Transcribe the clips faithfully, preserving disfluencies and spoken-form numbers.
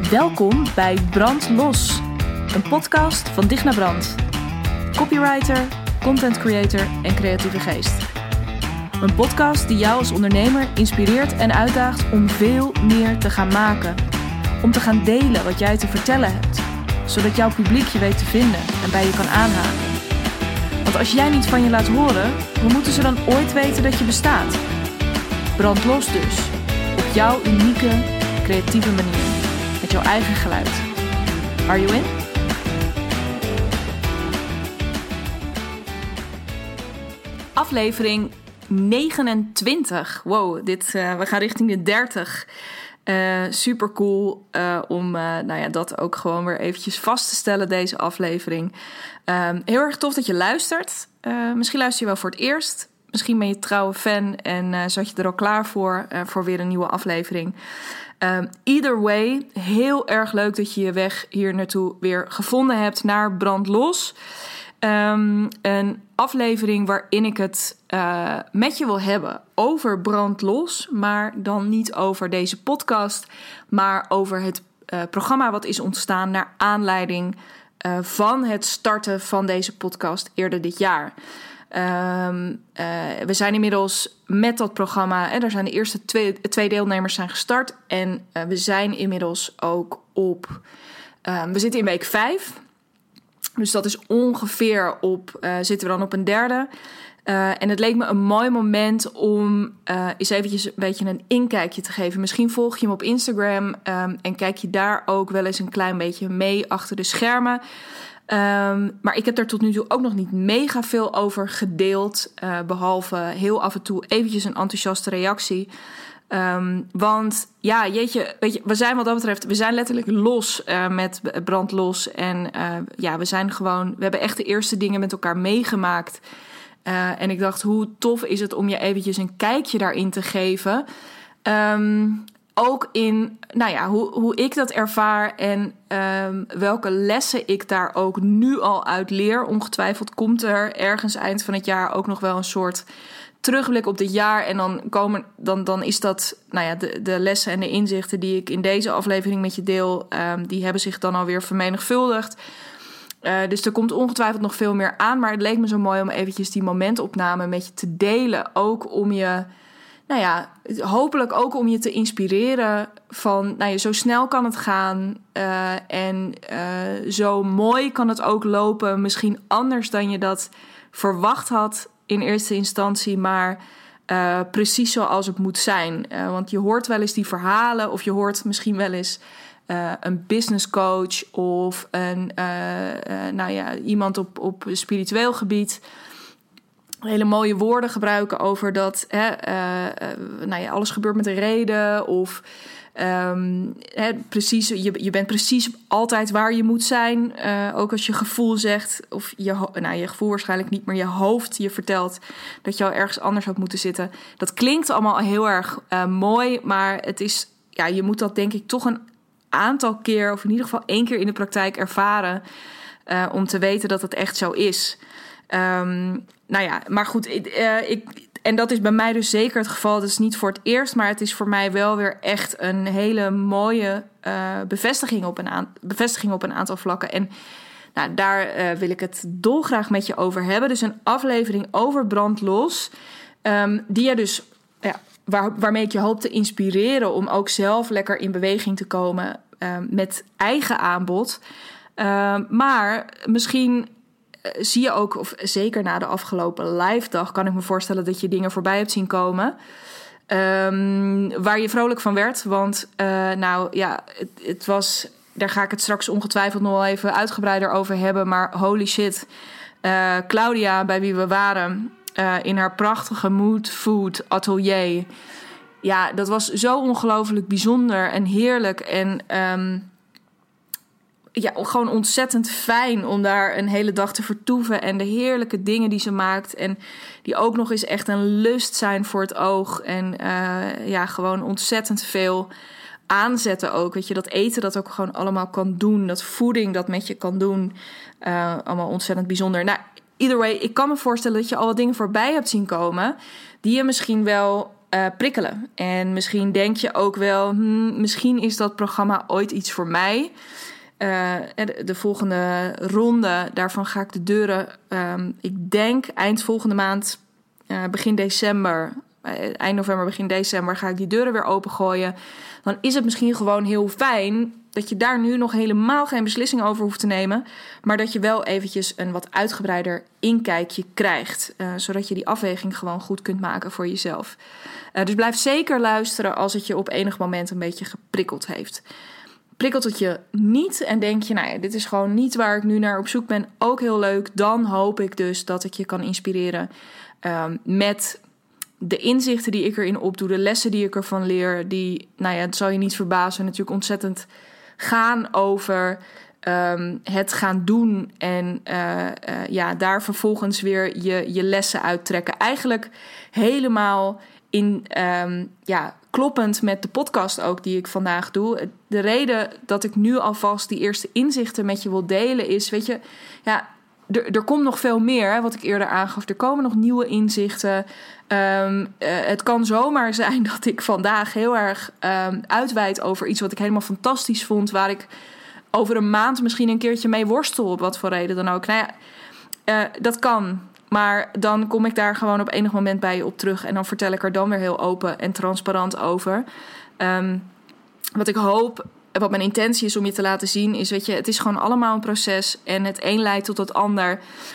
Welkom bij Brand Los, een podcast van Digna Brand. Copywriter, content creator en creatieve geest. Een podcast die jou als ondernemer inspireert en uitdaagt om veel meer te gaan maken. Om te gaan delen wat jij te vertellen hebt, zodat jouw publiek je weet te vinden en bij je kan aanhaken. Want als jij niet van je laat horen, hoe moeten ze dan ooit weten dat je bestaat? Brand los dus, op jouw unieke, creatieve manier. Met jouw eigen geluid. Are you in? Aflevering negenentwintig. Wow, dit, uh, we gaan richting de dertig. Uh, super cool uh, om uh, nou ja, dat ook gewoon weer eventjes vast te stellen, deze aflevering. Uh, heel erg tof dat je luistert. Uh, misschien luister je wel voor het eerst. Misschien ben je trouwe fan en uh, zat je er al klaar voor, uh, voor weer een nieuwe aflevering. Um, either way, heel erg leuk dat je je weg hier naartoe weer gevonden hebt naar Brand Los. Um, een aflevering waarin ik het uh, met je wil hebben over Brand Los, maar dan niet over deze podcast, maar over het uh, programma wat is ontstaan naar aanleiding uh, van het starten van deze podcast eerder dit jaar. Um, uh, we zijn inmiddels met dat programma, en er zijn de eerste twee, twee deelnemers zijn gestart. En uh, we zijn inmiddels ook op, uh, we zitten in week vijf. Dus dat is ongeveer op, uh, zitten we dan op een derde. Uh, en het leek me een mooi moment om uh, eens eventjes een beetje een inkijkje te geven. Misschien volg je hem op Instagram um, en kijk je daar ook wel eens een klein beetje mee achter de schermen. Um, maar ik heb daar tot nu toe ook nog niet mega veel over gedeeld. Uh, behalve heel af en toe eventjes een enthousiaste reactie. Um, want ja, jeetje, weet je, we zijn wat dat betreft, we zijn letterlijk los uh, met Brand Los. En uh, ja, we zijn gewoon, we hebben echt de eerste dingen met elkaar meegemaakt. Uh, en ik dacht, hoe tof is het om je eventjes een kijkje daarin te geven. Um, Ook in, nou ja, hoe, hoe ik dat ervaar en um, welke lessen ik daar ook nu al uit leer. Ongetwijfeld komt er ergens eind van het jaar ook nog wel een soort terugblik op dit jaar. En dan, komen, dan, dan is dat, nou ja, de, de lessen en de inzichten die ik in deze aflevering met je deel, um, die hebben zich dan alweer vermenigvuldigd. Uh, dus er komt ongetwijfeld nog veel meer aan. Maar het leek me zo mooi om eventjes die momentopname met je te delen. Ook om je... Nou ja, hopelijk ook om je te inspireren van, nou ja, zo snel kan het gaan uh, en uh, zo mooi kan het ook lopen. Misschien anders dan je dat verwacht had in eerste instantie, maar uh, precies zoals het moet zijn. Uh, want je hoort wel eens die verhalen of je hoort misschien wel eens uh, een business coach of een, uh, uh, nou ja, iemand op, op spiritueel gebied hele mooie woorden gebruiken over dat hè, uh, uh, nou ja, alles gebeurt met een reden. Of um, hè, precies, je, je bent precies altijd waar je moet zijn. Uh, ook als je gevoel zegt, of je, nou, je gevoel waarschijnlijk niet, maar je hoofd je vertelt dat je al ergens anders had moeten zitten. Dat klinkt allemaal heel erg uh, mooi, maar het is, ja, je moet dat denk ik toch een aantal keer, of in ieder geval één keer in de praktijk ervaren, uh, om te weten dat het echt zo is. Um, nou ja, maar goed, uh, ik, en dat is bij mij dus zeker het geval. Dat is niet voor het eerst, maar het is voor mij wel weer echt een hele mooie uh, bevestiging, op een aan, bevestiging op een aantal vlakken. En nou, daar uh, wil ik het dolgraag met je over hebben. Dus een aflevering over Brand Los, um, die je dus, ja, waar, waarmee ik je hoop te inspireren om ook zelf lekker in beweging te komen uh, met eigen aanbod. Uh, maar misschien zie je ook, of zeker na de afgelopen live dag, kan ik me voorstellen dat je dingen voorbij hebt zien komen. Um, waar je vrolijk van werd. Want uh, nou ja, het, het was, daar ga ik het straks ongetwijfeld nog wel even uitgebreider over hebben. Maar holy shit, uh, Claudia, bij wie we waren, uh, in haar prachtige Mood Food atelier. Ja, dat was zo ongelooflijk bijzonder en heerlijk. En um, ja, gewoon ontzettend fijn om daar een hele dag te vertoeven. En de heerlijke dingen die ze maakt. En die ook nog eens echt een lust zijn voor het oog. En uh, ja, gewoon ontzettend veel aanzetten ook. Weet je, dat eten dat ook gewoon allemaal kan doen. Dat voeding dat met je kan doen. Uh, allemaal ontzettend bijzonder. Nou, either way, ik kan me voorstellen dat je al wat dingen voorbij hebt zien komen. Die je misschien wel uh, prikkelen. En misschien denk je ook wel, hmm, misschien is dat programma ooit iets voor mij. Uh, de, de volgende ronde, daarvan ga ik de deuren, um, ik denk eind volgende maand, uh, begin december, uh, eind november, begin december, ga ik die deuren weer opengooien. Dan is het misschien gewoon heel fijn dat je daar nu nog helemaal geen beslissing over hoeft te nemen, maar dat je wel eventjes een wat uitgebreider inkijkje krijgt, uh, zodat je die afweging gewoon goed kunt maken voor jezelf. Uh, dus blijf zeker luisteren als het je op enig moment een beetje geprikkeld heeft. Prikkelt het je niet en denk je, nou ja, dit is gewoon niet waar ik nu naar op zoek ben, ook heel leuk, dan hoop ik dus dat ik je kan inspireren um, met de inzichten die ik erin opdoe, de lessen die ik ervan leer, die, nou ja, het zal je niet verbazen, natuurlijk ontzettend gaan over um, het gaan doen en uh, uh, ja, daar vervolgens weer je, je lessen uittrekken. Eigenlijk helemaal in, um, ja, kloppend met de podcast ook die ik vandaag doe. De reden dat ik nu alvast die eerste inzichten met je wil delen is, weet je, ja, er, er komt nog veel meer, hè, wat ik eerder aangaf. Er komen nog nieuwe inzichten. Um, uh, het kan zomaar zijn dat ik vandaag heel erg um, uitweid over iets wat ik helemaal fantastisch vond, waar ik over een maand misschien een keertje mee worstel, op wat voor reden dan ook. Nou ja, uh, dat kan. Maar dan kom ik daar gewoon op enig moment bij je op terug. En dan vertel ik er dan weer heel open en transparant over. Um, wat ik hoop, wat mijn intentie is om je te laten zien, is, weet je, het is gewoon allemaal een proces. En het een leidt tot het ander.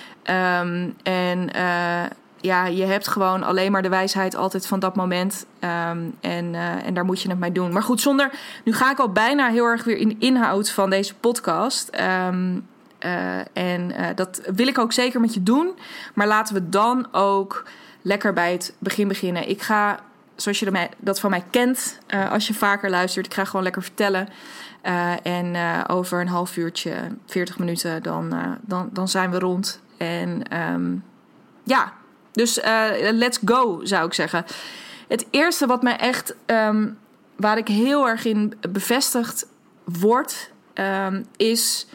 Um, en uh, ja, je hebt gewoon alleen maar de wijsheid altijd van dat moment. Um, en, uh, en daar moet je het mee doen. Maar goed, zonder, nu ga ik al bijna heel erg weer in de inhoud van deze podcast. Um, Uh, en uh, dat wil ik ook zeker met je doen. Maar laten we dan ook lekker bij het begin beginnen. Ik ga, zoals je dat van mij kent, uh, als je vaker luistert, ik ga gewoon lekker vertellen. Uh, en uh, over een half uurtje, veertig minuten, dan, uh, dan, dan zijn we rond. En um, ja, dus uh, let's go, zou ik zeggen. Het eerste wat mij echt, um, waar ik heel erg in bevestigd word, um, is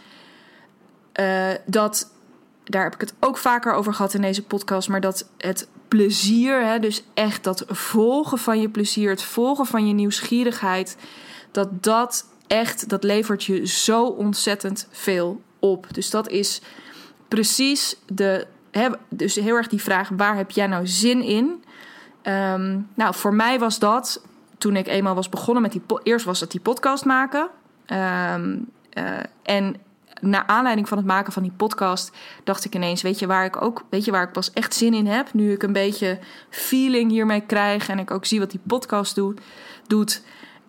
Uh, dat, daar heb ik het ook vaker over gehad in deze podcast, maar dat het plezier, hè, dus echt dat volgen van je plezier, het volgen van je nieuwsgierigheid, dat dat echt, dat levert je zo ontzettend veel op. Dus dat is precies de, hè, dus heel erg die vraag, waar heb jij nou zin in? Um, nou, voor mij was dat, toen ik eenmaal was begonnen met die, eerst was het die podcast maken. Um, uh, en naar aanleiding van het maken van die podcast dacht ik ineens, weet je waar ik ook, weet je waar ik pas echt zin in heb, nu ik een beetje feeling hiermee krijg en ik ook zie wat die podcast doet. doet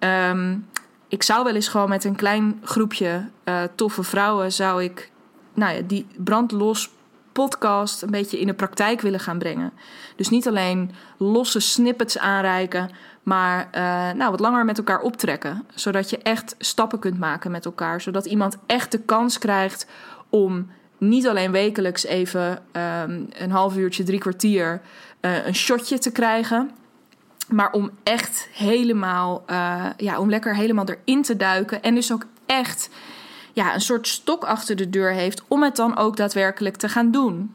um, ik zou wel eens gewoon met een klein groepje uh, toffe vrouwen, zou ik, nou ja, die brandlos podcast een beetje in de praktijk willen gaan brengen. Dus niet alleen losse snippets aanreiken, maar uh, nou, wat langer met elkaar optrekken. Zodat je echt stappen kunt maken met elkaar. Zodat iemand echt de kans krijgt om niet alleen wekelijks even um, een half uurtje, drie kwartier uh, een shotje te krijgen. Maar om echt helemaal, uh, ja, om lekker helemaal erin te duiken. En dus ook echt, ja, een soort stok achter de deur heeft om het dan ook daadwerkelijk te gaan doen.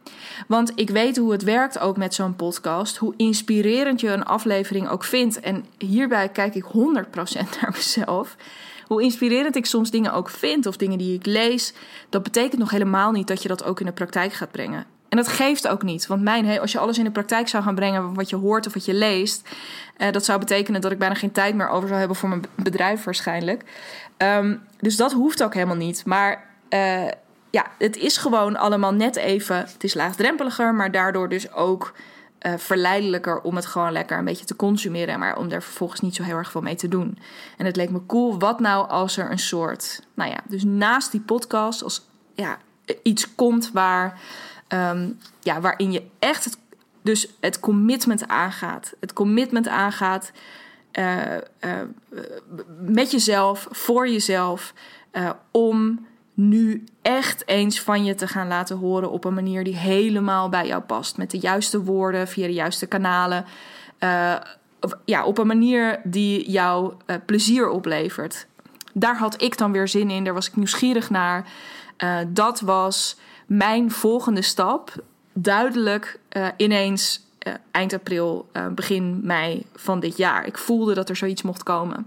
Want ik weet hoe het werkt ook met zo'n podcast. Hoe inspirerend je een aflevering ook vindt. En hierbij kijk ik honderd procent naar mezelf. Hoe inspirerend ik soms dingen ook vind of dingen die ik lees. Dat betekent nog helemaal niet dat je dat ook in de praktijk gaat brengen. En dat geeft ook niet. Want mijn, als je alles in de praktijk zou gaan brengen wat je hoort of wat je leest. Uh, dat zou betekenen dat ik bijna geen tijd meer over zou hebben voor mijn bedrijf waarschijnlijk. Um, dus dat hoeft ook helemaal niet. Maar uh, ja, het is gewoon allemaal net even, het is laagdrempeliger, maar daardoor dus ook uh, verleidelijker om het gewoon lekker een beetje te consumeren, maar om er vervolgens niet zo heel erg veel mee te doen. En het leek me cool, wat nou als er een soort, nou ja, dus naast die podcast, als ja, iets komt waar, um, ja, waarin je echt het, dus het commitment aangaat. Het commitment aangaat uh, uh, met jezelf, voor jezelf, uh, om nu echt eens van je te gaan laten horen op een manier die helemaal bij jou past. Met de juiste woorden, via de juiste kanalen. Uh, of, ja, op een manier die jou uh, plezier oplevert. Daar had ik dan weer zin in, daar was ik nieuwsgierig naar. Uh, dat was mijn volgende stap. Duidelijk uh, ineens uh, eind april, uh, begin mei van dit jaar. Ik voelde dat er zoiets mocht komen.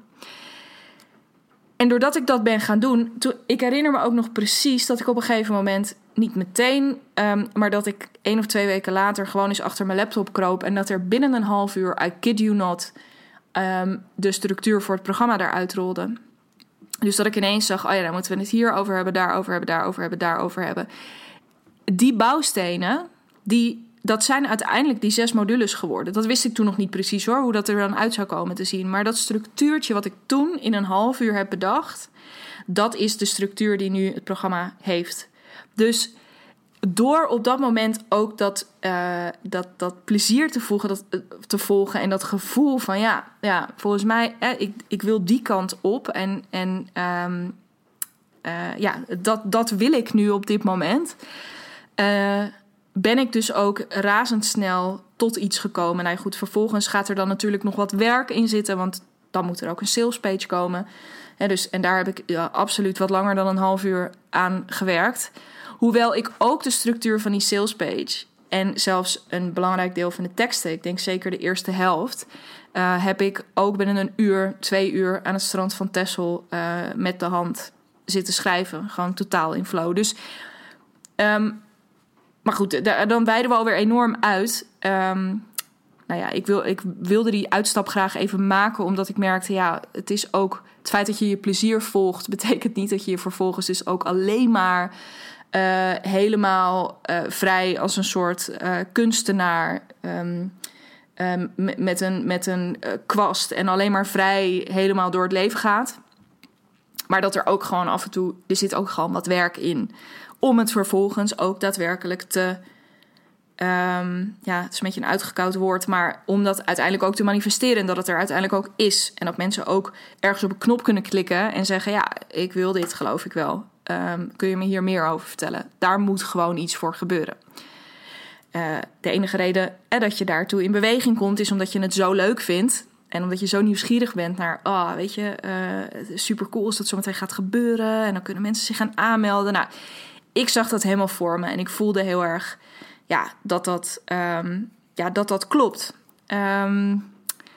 En doordat ik dat ben gaan doen, toen, ik herinner me ook nog precies dat ik op een gegeven moment, niet meteen, um, maar dat ik één of twee weken later gewoon eens achter mijn laptop kroop en dat er binnen een half uur, I kid you not, um, de structuur voor het programma daaruit rolde. Dus dat ik ineens zag, oh ja, dan moeten we het hierover hebben, daarover hebben, daarover hebben, daarover hebben. Die bouwstenen, die, dat zijn uiteindelijk die zes modules geworden. Dat wist ik toen nog niet precies hoor, hoe dat er dan uit zou komen te zien. Maar dat structuurtje wat ik toen in een half uur heb bedacht, dat is de structuur die nu het programma heeft. Dus door op dat moment ook dat, uh, dat, dat plezier te, voegen, dat, uh, te volgen en dat gevoel van ja, ja volgens mij, eh, ik, ik wil die kant op en, en um, uh, ja, dat, dat wil ik nu op dit moment. Uh, ben ik dus ook razendsnel tot iets gekomen. Nou goed, vervolgens gaat er dan natuurlijk nog wat werk in zitten, want dan moet er ook een salespage komen. He, dus, en daar heb ik ja, absoluut wat langer dan een half uur aan gewerkt. Hoewel ik ook de structuur van die salespage en zelfs een belangrijk deel van de teksten, ik denk zeker de eerste helft, uh, heb ik ook binnen een uur, twee uur aan het strand van Texel uh, met de hand zitten schrijven. Gewoon totaal in flow. Dus, um, maar goed, d- dan wijden we alweer enorm uit. Um, nou ja, ik, wil, ik wilde die uitstap graag even maken, omdat ik merkte, ja, het is ook het feit dat je je plezier volgt, betekent niet dat je je vervolgens dus ook alleen maar Uh, helemaal uh, vrij als een soort uh, kunstenaar um, um, met, met een, met een uh, kwast en alleen maar vrij helemaal door het leven gaat. Maar dat er ook gewoon af en toe, er zit ook gewoon wat werk in om het vervolgens ook daadwerkelijk te, um, ja, het is een beetje een uitgekoud woord, maar om dat uiteindelijk ook te manifesteren en dat het er uiteindelijk ook is. En dat mensen ook ergens op een knop kunnen klikken en zeggen, ja, ik wil dit, geloof ik wel. Um, kun je me hier meer over vertellen? Daar moet gewoon iets voor gebeuren. Uh, de enige reden eh, dat je daartoe in beweging komt, is omdat je het zo leuk vindt. En omdat je zo nieuwsgierig bent naar, oh, weet je, uh, super cool is dat zometeen gaat gebeuren. En dan kunnen mensen zich gaan aanmelden. Nou, ik zag dat helemaal voor me. En ik voelde heel erg, ja, dat dat, um, ja, dat, dat klopt. Um,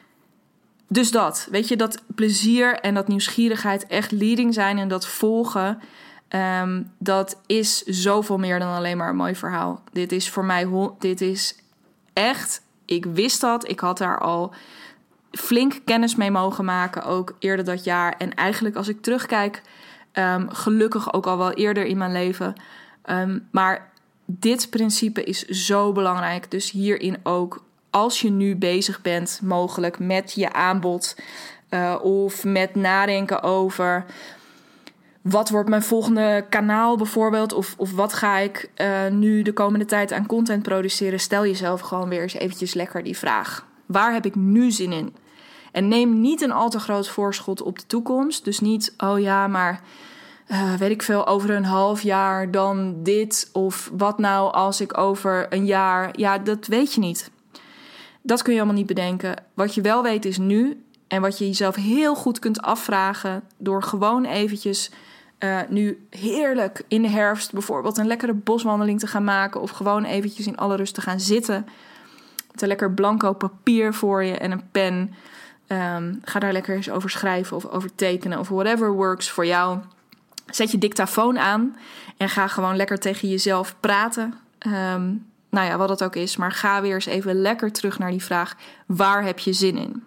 dus dat, weet je, dat plezier en dat nieuwsgierigheid echt leading zijn en dat volgen. Um, dat is zoveel meer dan alleen maar een mooi verhaal. Dit is voor mij, dit is echt, ik wist dat. Ik had daar al flink kennis mee mogen maken, ook eerder dat jaar. En eigenlijk als ik terugkijk, um, gelukkig ook al wel eerder in mijn leven. Um, maar dit principe is zo belangrijk. Dus hierin ook, als je nu bezig bent mogelijk met je aanbod uh, of met nadenken over wat wordt mijn volgende kanaal bijvoorbeeld, of, of wat ga ik uh, nu de komende tijd aan content produceren, stel jezelf gewoon weer eens eventjes lekker die vraag. Waar heb ik nu zin in? En neem niet een al te groot voorschot op de toekomst. Dus niet, oh ja, maar uh, weet ik veel, over een half jaar dan dit. Of wat nou als ik over een jaar, ja, dat weet je niet. Dat kun je allemaal niet bedenken. Wat je wel weet is nu. En wat je jezelf heel goed kunt afvragen door gewoon eventjes uh, nu heerlijk in de herfst bijvoorbeeld een lekkere boswandeling te gaan maken. Of gewoon eventjes in alle rust te gaan zitten. Met een lekker blanco papier voor je en een pen. Um, ga daar lekker eens over schrijven of over tekenen of whatever works voor jou. Zet je dictafoon aan en ga gewoon lekker tegen jezelf praten. Um, nou ja, wat het ook is. Maar ga weer eens even lekker terug naar die vraag. Waar heb je zin in?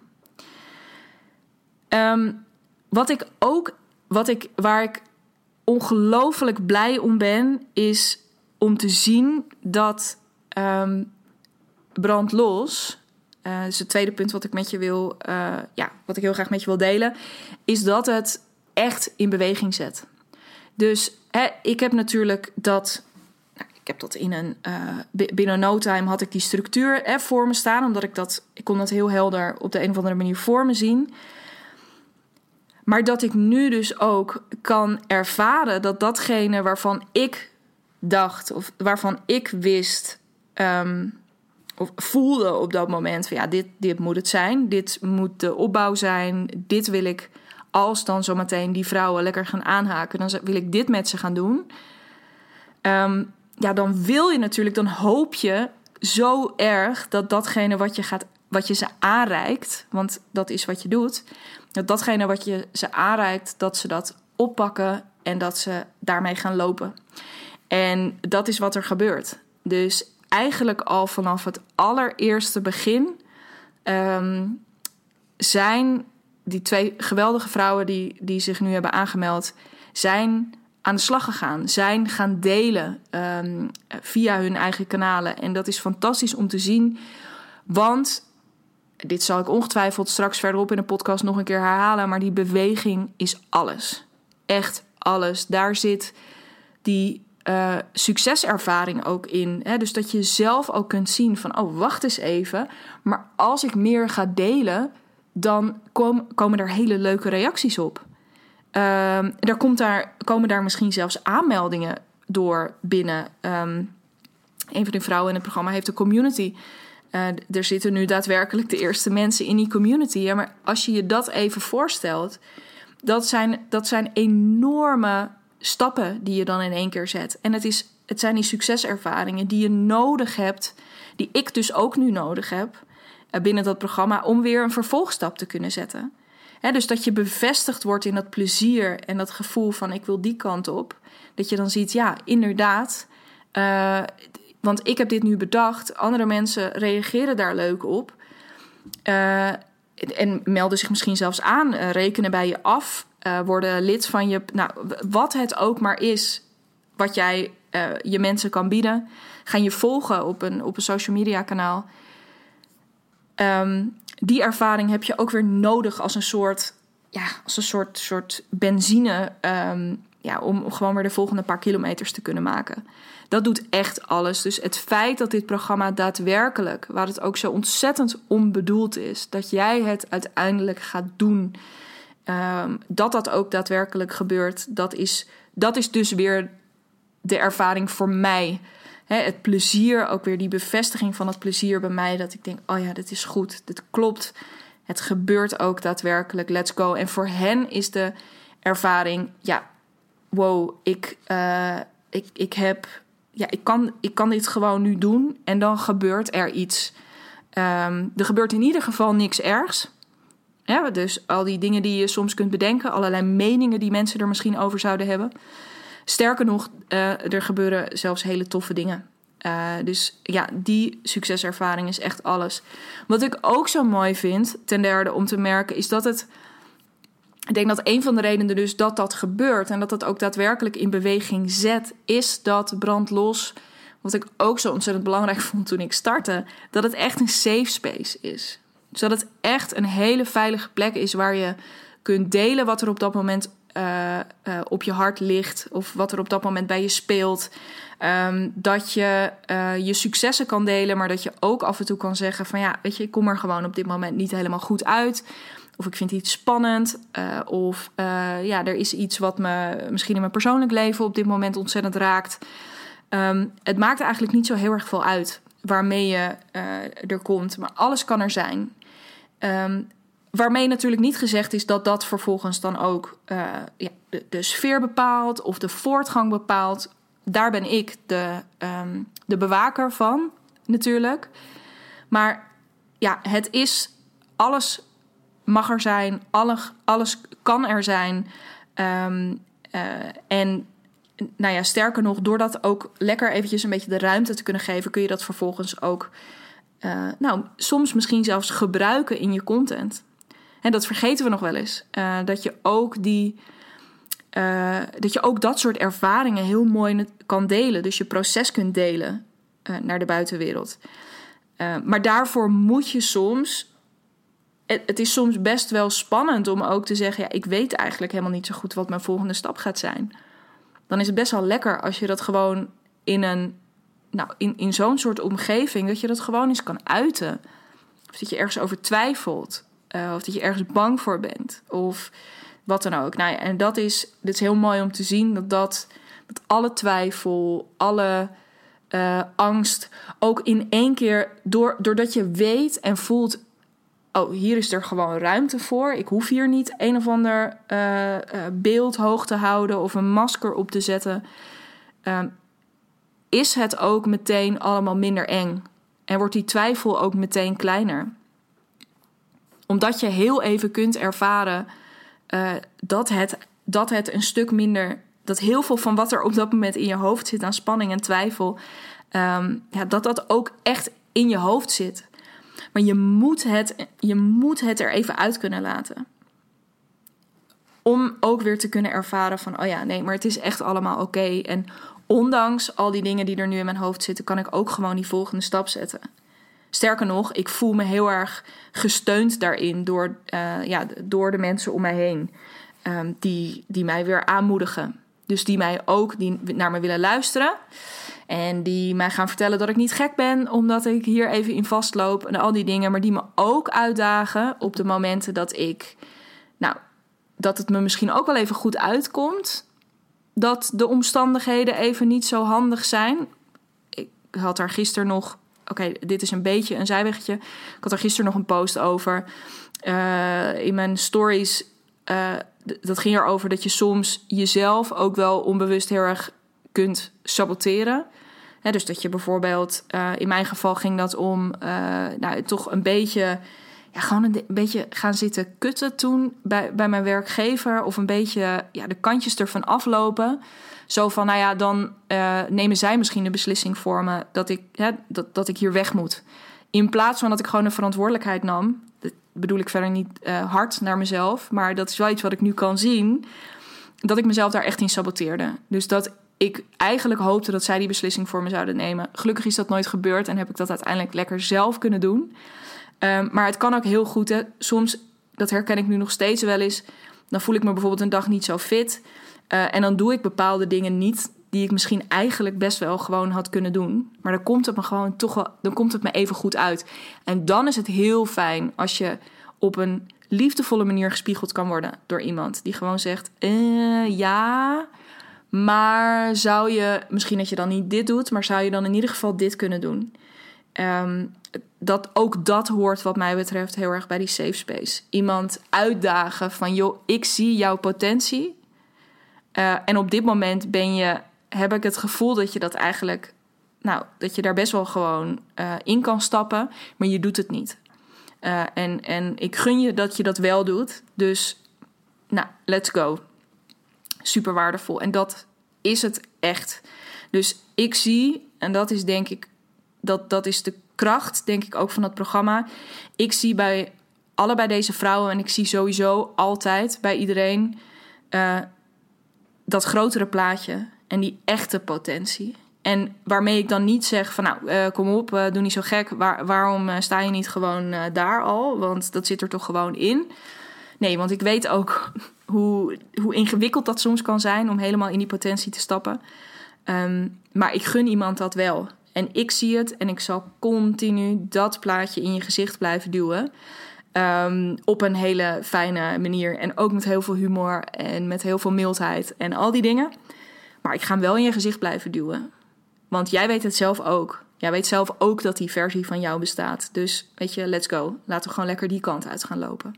Um, wat ik ook, wat ik, waar ik ongelooflijk blij om ben, is om te zien dat um, Brand Los, uh, dus het tweede punt wat ik met je wil, uh, ja, wat ik heel graag met je wil delen, is dat het echt in beweging zet. Dus hè, ik heb natuurlijk dat, nou, ik heb dat in een, uh, binnen no time had ik die structuur hè, voor me staan, omdat ik dat, ik kon dat heel helder op de een of andere manier voor me zien. Maar dat ik nu dus ook kan ervaren dat datgene waarvan ik dacht, of waarvan ik wist, um, of voelde op dat moment van ja, dit, dit moet het zijn. Dit moet de opbouw zijn. Dit wil ik, als dan zometeen die vrouwen lekker gaan aanhaken, dan wil ik dit met ze gaan doen. Um, ja, dan wil je natuurlijk, dan hoop je zo erg dat datgene wat je, gaat, wat je ze aanreikt, want dat is wat je doet, dat datgene wat je ze aanreikt, dat ze dat oppakken en dat ze daarmee gaan lopen. En dat is wat er gebeurt. Dus eigenlijk al vanaf het allereerste begin um, zijn die twee geweldige vrouwen die, die zich nu hebben aangemeld, zijn aan de slag gegaan, zijn gaan delen um, via hun eigen kanalen. En dat is fantastisch om te zien, want dit zal ik ongetwijfeld straks verderop in de podcast nog een keer herhalen, maar die beweging is alles. Echt alles. Daar zit die uh, succeservaring ook in. Hè? Dus dat je zelf ook kunt zien van, oh, wacht eens even, maar als ik meer ga delen, dan kom, komen er hele leuke reacties op. Um, er komt daar, komen daar misschien zelfs aanmeldingen door binnen. Um, een van de vrouwen in het programma heeft een community. Uh, er zitten nu daadwerkelijk de eerste mensen in die community. Ja, maar als je je dat even voorstelt, dat zijn, dat zijn enorme stappen die je dan in één keer zet. En het, is, het zijn die succeservaringen die je nodig hebt, die ik dus ook nu nodig heb uh, binnen dat programma, om weer een vervolgstap te kunnen zetten. He, dus dat je bevestigd wordt in dat plezier en dat gevoel van ik wil die kant op. Dat je dan ziet, ja, inderdaad. Uh, want ik heb dit nu bedacht. Andere mensen reageren daar leuk op. Uh, en melden zich misschien zelfs aan. Uh, rekenen bij je af. Uh, worden lid van je... Nou, wat het ook maar is wat jij uh, je mensen kan bieden. Gaan je volgen op een, op een social media kanaal. Um, die ervaring heb je ook weer nodig als een soort, ja, als een soort, soort benzine, um, ja, om gewoon weer de volgende paar kilometers te kunnen maken. Dat doet echt alles. Dus het feit dat dit programma daadwerkelijk, waar het ook zo ontzettend om bedoeld is, dat jij het uiteindelijk gaat doen, um, dat dat ook daadwerkelijk gebeurt, dat is, dat is dus weer de ervaring voor mij. He, het plezier, ook weer die bevestiging van het plezier bij mij, dat ik denk, oh ja, dit is goed, dit klopt. Het gebeurt ook daadwerkelijk, let's go. En voor hen is de ervaring, ja, wow, ik, uh, ik, ik heb, ja, ik kan, ik kan dit gewoon nu doen en dan gebeurt er iets. Um, er gebeurt in ieder geval niks ergs. Ja, dus al die dingen die je soms kunt bedenken, allerlei meningen die mensen er misschien over zouden hebben. Sterker nog, uh, er gebeuren zelfs hele toffe dingen. Uh, dus ja, die succeservaring is echt alles. Wat ik ook zo mooi vind, ten derde om te merken, is dat het... Ik denk dat een van de redenen dus dat dat gebeurt en dat dat ook daadwerkelijk in beweging zet, is dat Brand Los, wat ik ook zo ontzettend belangrijk vond toen ik startte, dat het echt een safe space is. Dus dat het echt een hele veilige plek is waar je kunt delen wat er op dat moment Uh, uh, op je hart ligt of wat er op dat moment bij je speelt. Um, dat je uh, je successen kan delen, maar dat je ook af en toe kan zeggen van ja, weet je, ik kom er gewoon op dit moment niet helemaal goed uit. Of ik vind iets spannend. Uh, of uh, ja, er is iets wat me misschien in mijn persoonlijk leven op dit moment ontzettend raakt. Um, het maakt eigenlijk niet zo heel erg veel uit waarmee je uh, er komt, maar alles kan er zijn. Um, Waarmee natuurlijk niet gezegd is dat dat vervolgens dan ook uh, ja, de, de sfeer bepaalt of de voortgang bepaalt. Daar ben ik de, um, de bewaker van natuurlijk. Maar ja, het is, alles mag er zijn, alles, alles kan er zijn. Um, uh, en nou ja, sterker nog, door dat ook lekker eventjes een beetje de ruimte te kunnen geven, kun je dat vervolgens ook uh, nou, soms misschien zelfs gebruiken in je content. En dat vergeten we nog wel eens. Uh, dat je ook die, uh, dat je ook dat soort ervaringen heel mooi kan delen. Dus je proces kunt delen uh, naar de buitenwereld. Uh, maar daarvoor moet je soms... Het, het is soms best wel spannend om ook te zeggen, ja, ik weet eigenlijk helemaal niet zo goed wat mijn volgende stap gaat zijn. Dan is het best wel lekker als je dat gewoon in een, nou, in, in zo'n soort omgeving, dat je dat gewoon eens kan uiten. Of dat je ergens over twijfelt. Uh, of dat je ergens bang voor bent. Of wat dan ook. Nou ja, en dat is, dit is heel mooi om te zien. Dat, dat, dat alle twijfel, alle uh, angst, ook in één keer, door, doordat je weet en voelt, oh, hier is er gewoon ruimte voor. Ik hoef hier niet een of ander uh, uh, beeld hoog te houden of een masker op te zetten. Uh, is het ook meteen allemaal minder eng. En wordt die twijfel ook meteen kleiner. Omdat je heel even kunt ervaren uh, dat, het, dat het een stuk minder... dat heel veel van wat er op dat moment in je hoofd zit aan spanning en twijfel... Um, ja, dat dat ook echt in je hoofd zit. Maar je moet het, je moet het er even uit kunnen laten. Om ook weer te kunnen ervaren van... oh ja, nee, maar het is echt allemaal oké. Okay. En ondanks al die dingen die er nu in mijn hoofd zitten... kan ik ook gewoon die volgende stap zetten. Sterker nog, ik voel me heel erg gesteund daarin... door, uh, ja, door de mensen om mij heen. Um, die, die mij weer aanmoedigen. Dus die mij ook die naar me willen luisteren... En die mij gaan vertellen dat ik niet gek ben... omdat ik hier even in vastloop en al die dingen... maar die me ook uitdagen op de momenten dat ik... nou, dat het me misschien ook wel even goed uitkomt... dat de omstandigheden even niet zo handig zijn. Ik had daar gisteren nog... Oké, okay, dit is een beetje een zijweggetje. Ik had er gisteren nog een post over. Uh, in mijn stories... Uh, dat ging erover dat je soms jezelf ook wel onbewust heel erg kunt saboteren... He, dus dat je bijvoorbeeld, uh, in mijn geval ging dat om uh, nou, toch een beetje, ja, gewoon een, een beetje gaan zitten kutten toen bij, bij mijn werkgever. Of een beetje ja, de kantjes ervan aflopen. Zo van, nou ja, dan uh, nemen zij misschien de beslissing voor me dat ik, hè, dat, dat ik hier weg moet. In plaats van dat ik gewoon een verantwoordelijkheid nam. Dat bedoel ik verder niet uh, hard naar mezelf. Maar dat is wel iets wat ik nu kan zien. Dat ik mezelf daar echt in saboteerde. Dus dat ik eigenlijk hoopte dat zij die beslissing voor me zouden nemen. Gelukkig is dat nooit gebeurd en heb ik dat uiteindelijk lekker zelf kunnen doen. Um, maar het kan ook heel goed. Hè. Soms, dat herken ik nu nog steeds wel eens... dan voel ik me bijvoorbeeld een dag niet zo fit... Uh, en dan doe ik bepaalde dingen niet... die ik misschien eigenlijk best wel gewoon had kunnen doen. Maar dan komt het me gewoon toch wel... dan komt het me even goed uit. En dan is het heel fijn als je op een liefdevolle manier gespiegeld kan worden... door iemand die gewoon zegt... Uh, ja... maar zou je, misschien dat je dan niet dit doet... maar zou je dan in ieder geval dit kunnen doen? Um, dat, ook dat hoort wat mij betreft heel erg bij die safe space. Iemand uitdagen van, joh, ik zie jouw potentie... Uh, en op dit moment ben je, heb ik het gevoel dat je dat eigenlijk... nou, dat je daar best wel gewoon uh, in kan stappen... maar je doet het niet. Uh, en, en ik gun je dat je dat wel doet. Dus, nou, let's go. Super waardevol. En dat is het echt. Dus ik zie, en dat is denk ik... dat, dat is de kracht, denk ik, ook van dat programma. Ik zie bij allebei deze vrouwen... en ik zie sowieso altijd bij iedereen... Uh, dat grotere plaatje en die echte potentie. En waarmee ik dan niet zeg van... nou, uh, kom op, uh, doe niet zo gek. Waar, waarom uh, sta je niet gewoon uh, daar al? Want dat zit er toch gewoon in. Nee, want ik weet ook hoe, hoe ingewikkeld dat soms kan zijn... om helemaal in die potentie te stappen. Um, maar ik gun iemand dat wel. En ik zie het en ik zal continu dat plaatje in je gezicht blijven duwen... Um, op een hele fijne manier. En ook met heel veel humor en met heel veel mildheid en al die dingen. Maar ik ga hem wel in je gezicht blijven duwen. Want jij weet het zelf ook. Jij weet zelf ook dat die versie van jou bestaat. Dus weet je, let's go. Laten we gewoon lekker die kant uit gaan lopen.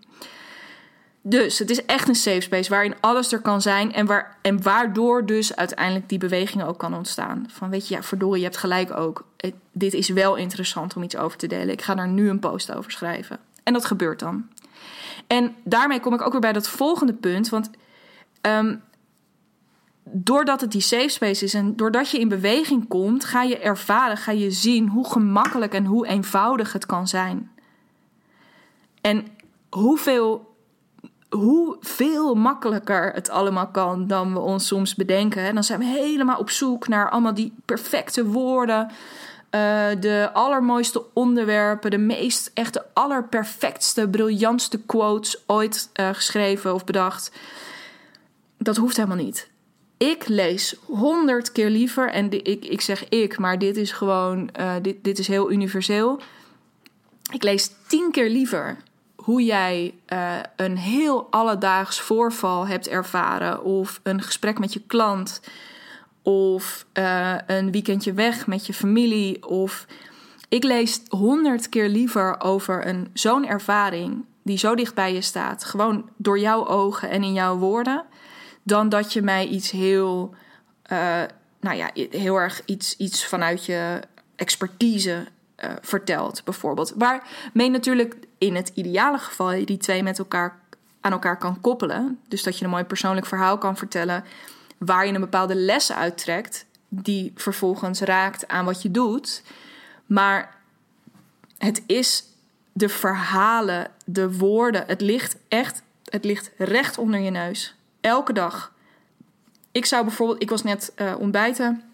Dus het is echt een safe space waarin alles er kan zijn. En, waar, en waardoor dus uiteindelijk die beweging ook kan ontstaan. Van weet je, ja, verdorie, je hebt gelijk ook. Het, dit is wel interessant om iets over te delen. Ik ga daar nu een post over schrijven. En dat gebeurt dan. En daarmee kom ik ook weer bij dat volgende punt. Want um, doordat het die safe space is... en doordat je in beweging komt... ga je ervaren, ga je zien... hoe gemakkelijk en hoe eenvoudig het kan zijn. En hoeveel, hoeveel makkelijker het allemaal kan... dan we ons soms bedenken. Hè? Dan zijn we helemaal op zoek naar allemaal die perfecte woorden... Uh, de allermooiste onderwerpen, de meest echte allerperfectste, briljantste quotes ooit uh, geschreven of bedacht. Dat hoeft helemaal niet. Ik lees honderd keer liever, en di- ik, ik zeg ik, maar dit is gewoon, uh, dit, dit is heel universeel. Ik lees tien keer liever hoe jij uh, een heel alledaags voorval hebt ervaren of een gesprek met je klant... Of uh, een weekendje weg met je familie. Of ik lees honderd keer liever over een, zo'n ervaring die zo dicht bij je staat. Gewoon door jouw ogen en in jouw woorden. Dan dat je mij iets heel, uh, nou ja, heel erg iets, iets vanuit je expertise uh, vertelt, bijvoorbeeld. Waarmee natuurlijk in het ideale geval je die twee met elkaar aan elkaar kan koppelen. Dus dat je een mooi persoonlijk verhaal kan vertellen waar je een bepaalde les uittrekt die vervolgens raakt aan wat je doet. Maar het is de verhalen, de woorden, het ligt echt, het ligt recht onder je neus. Elke dag. Ik zou bijvoorbeeld, ik was net uh, ontbijten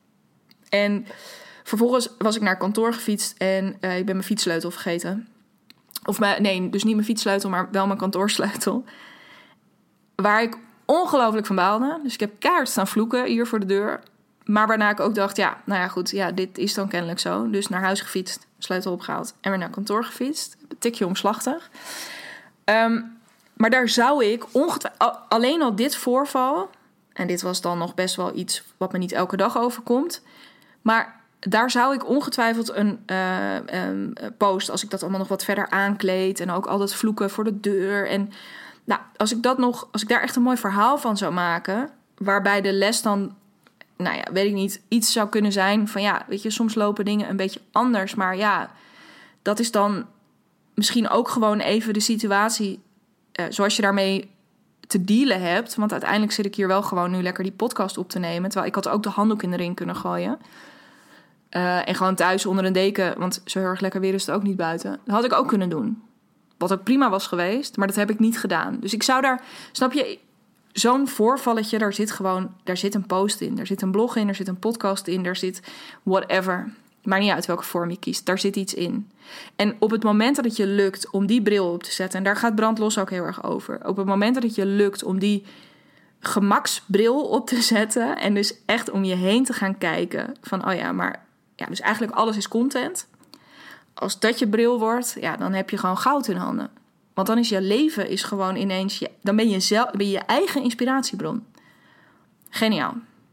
en vervolgens was ik naar kantoor gefietst en uh, ik ben mijn fietssleutel vergeten. Of mijn, nee, dus niet mijn fietssleutel, maar wel mijn kantoorsleutel. Waar ik ongelooflijk van baalde. Dus ik heb keihard staan vloeken hier voor de deur. Maar waarna ik ook dacht, ja, nou ja, goed, ja, dit is dan kennelijk zo. Dus naar huis gefietst, sleutel opgehaald en weer naar kantoor gefietst. Een tikje omslachtig. Um, maar daar zou ik ongetwijfeld, alleen al dit voorval, en dit was dan nog best wel iets wat me niet elke dag overkomt, maar daar zou ik ongetwijfeld een uh, um, post, als ik dat allemaal nog wat verder aankleed en ook al dat vloeken voor de deur. En nou, als ik dat nog, als ik daar echt een mooi verhaal van zou maken, waarbij de les dan, nou ja, weet ik niet, iets zou kunnen zijn van ja, weet je, soms lopen dingen een beetje anders, maar ja, dat is dan misschien ook gewoon even de situatie uh, zoals je daarmee te dealen hebt. Want uiteindelijk zit ik hier wel gewoon nu lekker die podcast op te nemen, terwijl ik had ook de handdoek in de ring kunnen gooien. Uh, en gewoon thuis onder een deken, want zo heel erg lekker weer is het ook niet buiten. Dat had ik ook kunnen doen. Wat ook prima was geweest, maar dat heb ik niet gedaan. Dus ik zou daar, snap je, zo'n voorvalletje, daar zit gewoon, daar zit een post in, daar zit een blog in, er zit een podcast in, daar zit whatever. Maakt niet uit welke vorm je kiest, daar zit iets in. En op het moment dat het je lukt om die bril op te zetten, en daar gaat Brandlos ook heel erg over. Op het moment dat het je lukt om die gemaksbril op te zetten en dus echt om je heen te gaan kijken van, oh ja, maar ja, dus eigenlijk alles is content. Als dat je bril wordt, ja, dan heb je gewoon goud in handen. Want dan is je leven is gewoon ineens, je, dan ben je, zelf, ben je je eigen inspiratiebron. Geniaal.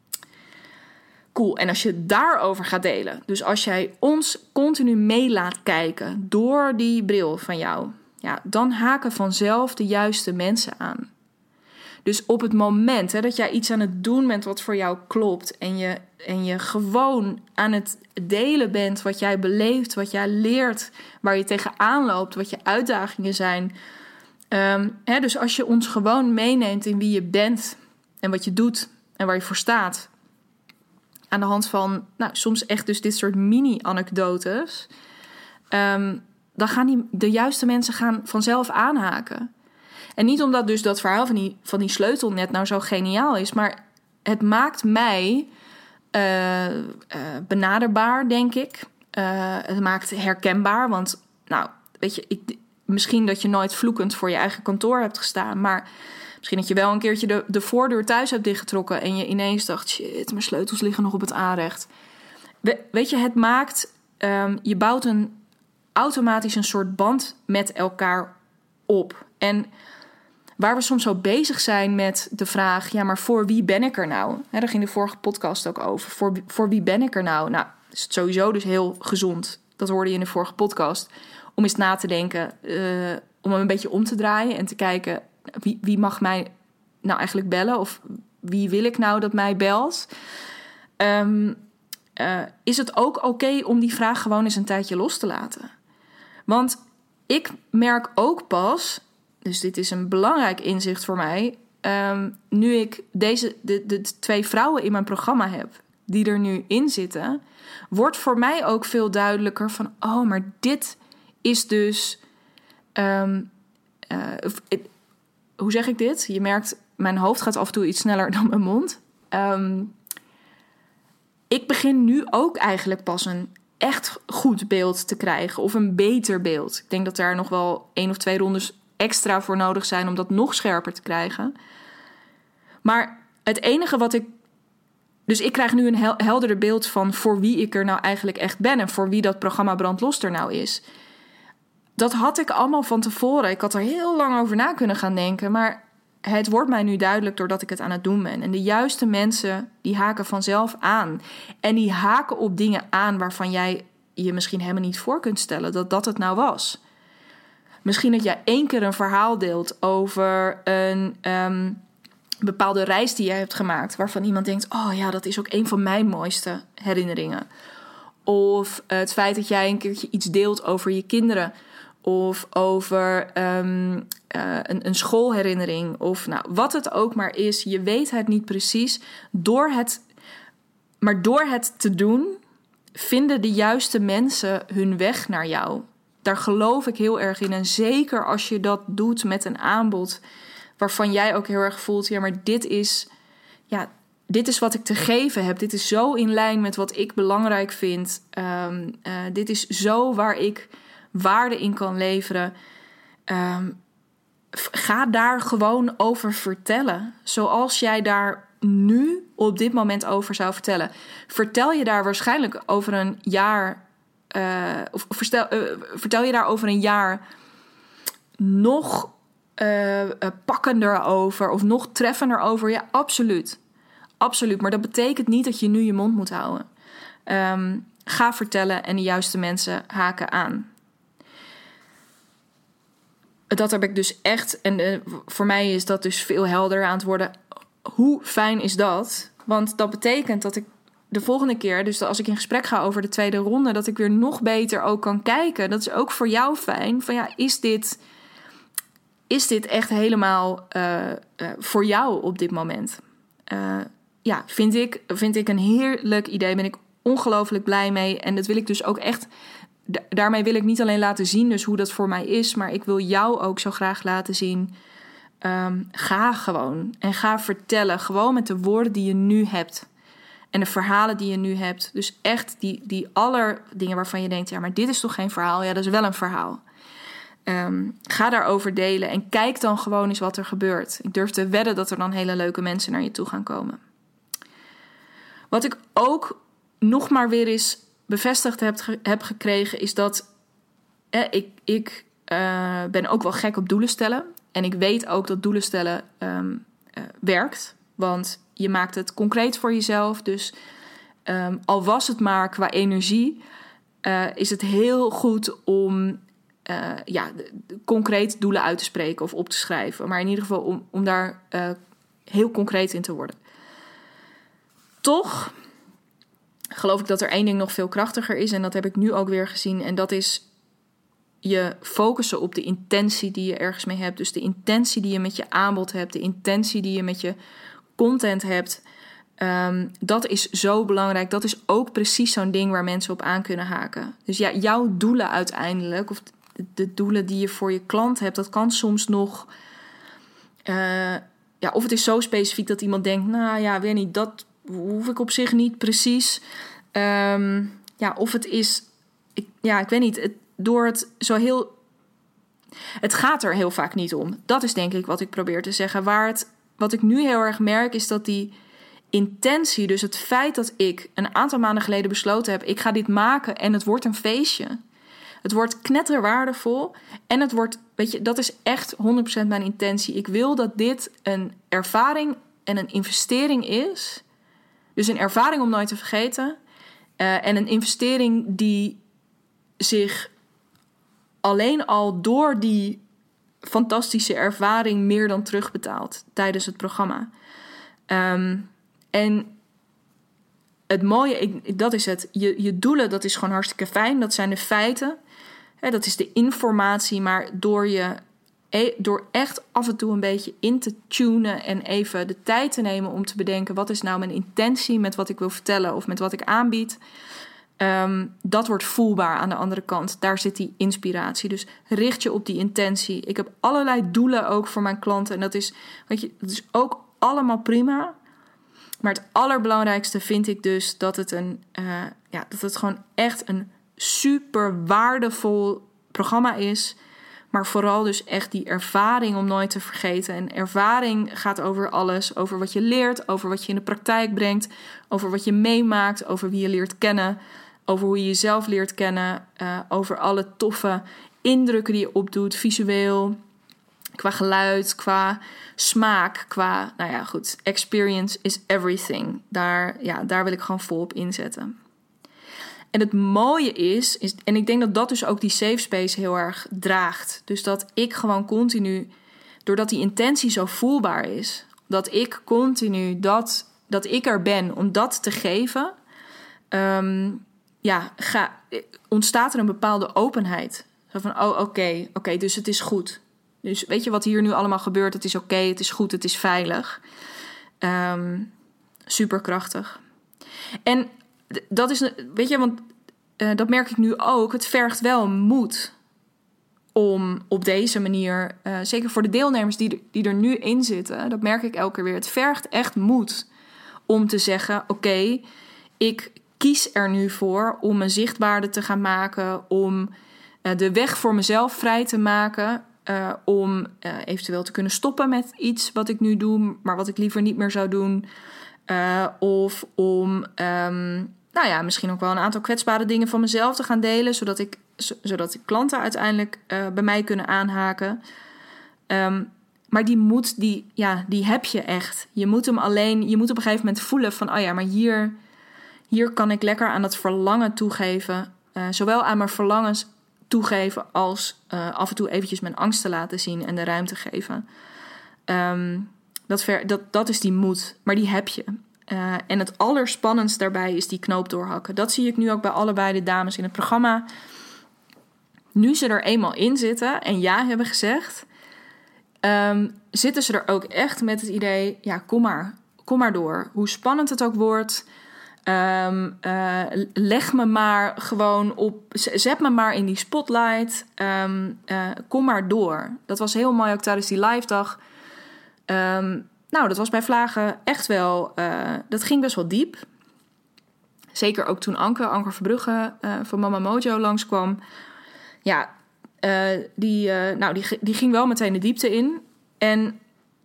Cool. En als je daarover gaat delen, dus als jij ons continu mee laat kijken door die bril van jou, ja, dan haken vanzelf de juiste mensen aan. Dus op het moment hè, dat jij iets aan het doen bent wat voor jou klopt en je, en je gewoon aan het delen bent wat jij beleeft, wat jij leert, waar je tegenaan loopt, wat je uitdagingen zijn. Um, hè, dus als je ons gewoon meeneemt in wie je bent en wat je doet en waar je voor staat, aan de hand van nou, soms echt dus dit soort mini-anekdotes, um, dan gaan die, de juiste mensen gaan vanzelf aanhaken. En niet omdat dus dat verhaal van die, van die sleutel net nou zo geniaal is, maar het maakt mij uh, uh, benaderbaar, denk ik. Uh, het maakt herkenbaar, want nou, weet je, ik, misschien dat je nooit vloekend voor je eigen kantoor hebt gestaan, maar misschien dat je wel een keertje de, de voordeur thuis hebt dichtgetrokken en je ineens dacht, shit, mijn sleutels liggen nog op het aanrecht. We, weet je, het maakt, um, je bouwt een automatisch een soort band met elkaar op. En waar we soms zo bezig zijn met de vraag, ja, maar voor wie ben ik er nou? He, daar ging de vorige podcast ook over. Voor, voor wie ben ik er nou? Nou, is het sowieso dus heel gezond. Dat hoorde je in de vorige podcast. Om eens na te denken, uh, om hem een beetje om te draaien en te kijken, wie, wie mag mij nou eigenlijk bellen? Of wie wil ik nou dat mij belt? Um, uh, is het ook oké okay om die vraag gewoon eens een tijdje los te laten? Want ik merk ook pas, dus dit is een belangrijk inzicht voor mij, um, nu ik deze de, de twee vrouwen in mijn programma heb die er nu in zitten, wordt voor mij ook veel duidelijker van, oh, maar dit is dus, um, uh, it, hoe zeg ik dit? Je merkt, mijn hoofd gaat af en toe iets sneller dan mijn mond. Um, ik begin nu ook eigenlijk pas een echt goed beeld te krijgen, of een beter beeld. Ik denk dat daar nog wel één of twee rondes extra voor nodig zijn om dat nog scherper te krijgen. Maar het enige wat ik, dus ik krijg nu een hel- helderder beeld van voor wie ik er nou eigenlijk echt ben en voor wie dat programma Brandlos er nou is. Dat had ik allemaal van tevoren. Ik had er heel lang over na kunnen gaan denken, maar het wordt mij nu duidelijk doordat ik het aan het doen ben. En de juiste mensen, die haken vanzelf aan. En die haken op dingen aan waarvan jij je misschien helemaal niet voor kunt stellen dat dat het nou was. Misschien dat jij één keer een verhaal deelt over een um, bepaalde reis die jij hebt gemaakt, waarvan iemand denkt, oh ja, dat is ook een van mijn mooiste herinneringen. Of het feit dat jij een keertje iets deelt over je kinderen. Of over um, uh, een, een schoolherinnering. Of nou, wat het ook maar is. Je weet het niet precies. Door het, maar door het te doen, vinden de juiste mensen hun weg naar jou. Daar geloof ik heel erg in. En zeker als je dat doet met een aanbod waarvan jij ook heel erg voelt, ja, maar dit is, ja, dit is wat ik te geven heb. Dit is zo in lijn met wat ik belangrijk vind. Um, uh, dit is zo waar ik waarde in kan leveren. Um, ga daar gewoon over vertellen. Zoals jij daar nu op dit moment over zou vertellen. Vertel je daar waarschijnlijk over een jaar... Uh, of verstel, uh, vertel je daar over een jaar nog uh, uh, pakkender over... of nog treffender over? Ja, absoluut. Absoluut. Maar dat betekent niet dat je nu je mond moet houden. Um, ga vertellen en de juiste mensen haken aan. Dat heb ik dus echt... en uh, voor mij is dat dus veel helderder aan het worden. Hoe fijn is dat? Want dat betekent dat ik de volgende keer, dus als ik in gesprek ga over de tweede ronde, dat ik weer nog beter ook kan kijken. Dat is ook voor jou fijn. Van ja, is dit, is dit echt helemaal uh, uh, voor jou op dit moment? Uh, ja, vind ik, vind ik een heerlijk idee. Ben ik ongelooflijk blij mee. En dat wil ik dus ook echt... Daarmee wil ik niet alleen laten zien dus hoe dat voor mij is, maar ik wil jou ook zo graag laten zien. Um, ga gewoon en ga vertellen. Gewoon met de woorden die je nu hebt. En de verhalen die je nu hebt. Dus echt die, die aller dingen waarvan je denkt, ja, maar dit is toch geen verhaal? Ja, dat is wel een verhaal. Um, ga daarover delen en kijk dan gewoon eens wat er gebeurt. Ik durf te wedden dat er dan hele leuke mensen naar je toe gaan komen. Wat ik ook nog maar weer eens bevestigd heb, heb gekregen, is dat eh, ik, ik uh, ben ook wel gek op doelen stellen. En ik weet ook dat doelen stellen um, uh, werkt. Want je maakt het concreet voor jezelf. Dus um, al was het maar qua energie, uh, is het heel goed om uh, ja, de, de concreet doelen uit te spreken of op te schrijven. Maar in ieder geval om, om daar uh, heel concreet in te worden. Toch geloof ik dat er één ding nog veel krachtiger is. En dat heb ik nu ook weer gezien. En dat is je focussen op de intentie die je ergens mee hebt. Dus de intentie die je met je aanbod hebt. De intentie die je met je content hebt. Um, dat is zo belangrijk. Dat is ook precies zo'n ding waar mensen op aan kunnen haken. Dus ja, jouw doelen uiteindelijk, of de, de doelen die je voor je klant hebt, dat kan soms nog... Uh, ja, of het is zo specifiek dat iemand denkt, nou ja, weet niet, dat hoef ik op zich niet precies. Um, ja, of het is, ik, ja, ik weet niet, het, door het zo heel... Het gaat er heel vaak niet om. Dat is denk ik wat ik probeer te zeggen. Waar het, wat ik nu heel erg merk is dat die intentie, dus het feit dat ik een aantal maanden geleden besloten heb, ik ga dit maken en het wordt een feestje. Het wordt knetterwaardevol en het wordt, weet je, dat is echt honderd procent mijn intentie. Ik wil dat dit een ervaring en een investering is. Dus een ervaring om nooit te vergeten. Uh, en een investering die zich alleen al door die fantastische ervaring meer dan terugbetaalt tijdens het programma. Um, en het mooie, ik, dat is het. Je, je doelen, dat is gewoon hartstikke fijn. Dat zijn de feiten. Hè, dat is de informatie. Maar door je door echt af en toe een beetje in te tunen en even de tijd te nemen om te bedenken, wat is nou mijn intentie met wat ik wil vertellen of met wat ik aanbied, um, dat wordt voelbaar aan de andere kant. Daar zit die inspiratie. Dus richt je op die intentie. Ik heb allerlei doelen ook voor mijn klanten en dat is, weet je, dat is ook allemaal prima. Maar het allerbelangrijkste vind ik dus dat het een, uh, ja, dat het gewoon echt een super waardevol programma is. Maar vooral dus echt die ervaring om nooit te vergeten. En ervaring gaat over alles. Over wat je leert, over wat je in de praktijk brengt. Over wat je meemaakt, over wie je leert kennen. Over hoe je jezelf leert kennen. Uh, over alle toffe indrukken die je opdoet, visueel. Qua geluid, qua smaak, qua, nou ja goed, experience is everything. Daar, ja, daar wil ik gewoon vol op inzetten. En het mooie is, is, en ik denk dat dat dus ook die safe space heel erg draagt. Dus dat ik gewoon continu, doordat die intentie zo voelbaar is, dat ik continu dat, dat ik er ben om dat te geven. Um, ja, ga, ontstaat er een bepaalde openheid. Zo van, oh, oké, okay, oké, okay, dus het is goed. Dus weet je wat hier nu allemaal gebeurt? Het is oké, okay, het is goed, het is veilig. Um, superkrachtig. En dat is, weet je, want uh, dat merk ik nu ook. Het vergt wel moed om op deze manier, uh, zeker voor de deelnemers die er, die er nu in zitten, dat merk ik elke keer weer. Het vergt echt moed om te zeggen, oké, okay, ik kies er nu voor om me zichtbaarder te gaan maken, om uh, de weg voor mezelf vrij te maken, uh, om uh, eventueel te kunnen stoppen met iets wat ik nu doe, maar wat ik liever niet meer zou doen. Uh, of om, um, nou ja, misschien ook wel een aantal kwetsbare dingen van mezelf te gaan delen, zodat ik, zodat de klanten uiteindelijk uh, bij mij kunnen aanhaken. Um, maar die moed, die, ja, die heb je echt. Je moet hem alleen, je moet op een gegeven moment voelen van, oh ja, maar hier, hier kan ik lekker aan dat verlangen toegeven. Uh, zowel aan mijn verlangens toegeven als uh, af en toe eventjes mijn angst te laten zien en de ruimte geven. Um, dat, ver, dat, dat is die moed, maar die heb je. Uh, en het allerspannendst daarbij is die knoop doorhakken. Dat zie ik nu ook bij allebei de dames in het programma. Nu ze er eenmaal in zitten en ja hebben gezegd, um, zitten ze er ook echt met het idee, ja, kom maar, kom maar door. Hoe spannend het ook wordt, um, uh, leg me maar gewoon op, zet me maar in die spotlight, um, uh, kom maar door. Dat was heel mooi ook tijdens die live dag. Um, nou, dat was bij Vlagen echt wel, uh, dat ging best wel diep. Zeker ook toen Anke, Anke Verbrugge uh, van Mama Mojo langskwam. Ja, uh, die, uh, nou, die, die ging wel meteen de diepte in. En,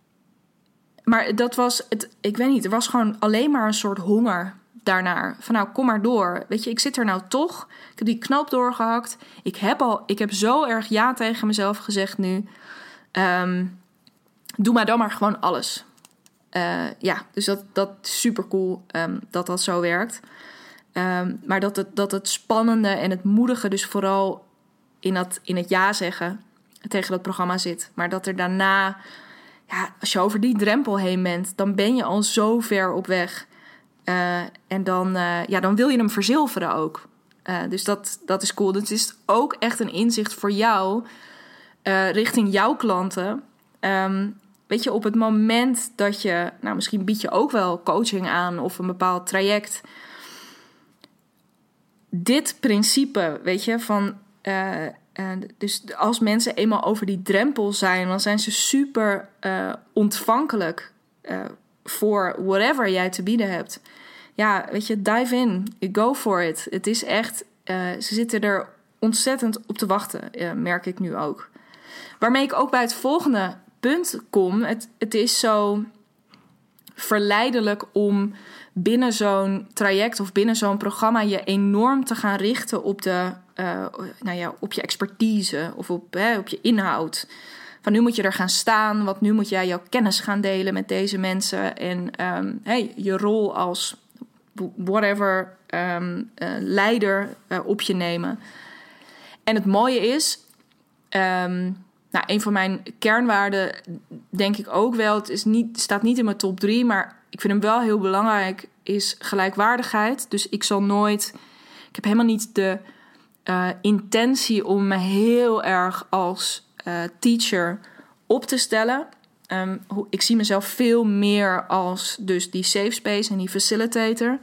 maar dat was, het, ik weet niet, er was gewoon alleen maar een soort honger daarnaar. Van nou, kom maar door. Weet je, ik zit er nou toch. Ik heb die knoop doorgehakt. Ik heb, al, ik heb zo erg ja tegen mezelf gezegd nu. Um, doe maar dan maar gewoon alles. Uh, ja, dus dat, dat is super cool um, dat dat zo werkt. Um, maar dat het, dat het spannende en het moedige dus vooral in, dat, in het ja zeggen tegen dat programma zit. Maar dat er daarna, ja, als je over die drempel heen bent, dan ben je al zo ver op weg. Uh, en dan, uh, ja, dan wil je hem verzilveren ook. Uh, dus dat, dat is cool. Dat is ook echt een inzicht voor jou uh, richting jouw klanten. Um, Weet je, op het moment dat je, nou misschien bied je ook wel coaching aan of een bepaald traject. Dit principe, weet je, van, uh, uh, dus als mensen eenmaal over die drempel zijn, dan zijn ze super uh, ontvankelijk uh, voor whatever jij te bieden hebt. Ja, weet je, dive in, go for it. Het is echt, uh, ze zitten er ontzettend op te wachten, uh, merk ik nu ook. Waarmee ik ook bij het volgende punt kom. Het, het is zo verleidelijk om binnen zo'n traject of binnen zo'n programma je enorm te gaan richten op, de, uh, nou ja, op je expertise of op, hè, op je inhoud. Van nu moet je er gaan staan, want nu moet jij jouw kennis gaan delen met deze mensen en um, hey, je rol als whatever um, uh, leider uh, op je nemen. En het mooie is, Um, Nou, een van mijn kernwaarden denk ik ook wel. Het is niet, staat niet in mijn top drie, maar ik vind hem wel heel belangrijk, is gelijkwaardigheid. Dus ik zal nooit, ik heb helemaal niet de uh, intentie om me heel erg als uh, teacher op te stellen. Um, ik zie mezelf veel meer als dus die safe space en die facilitator.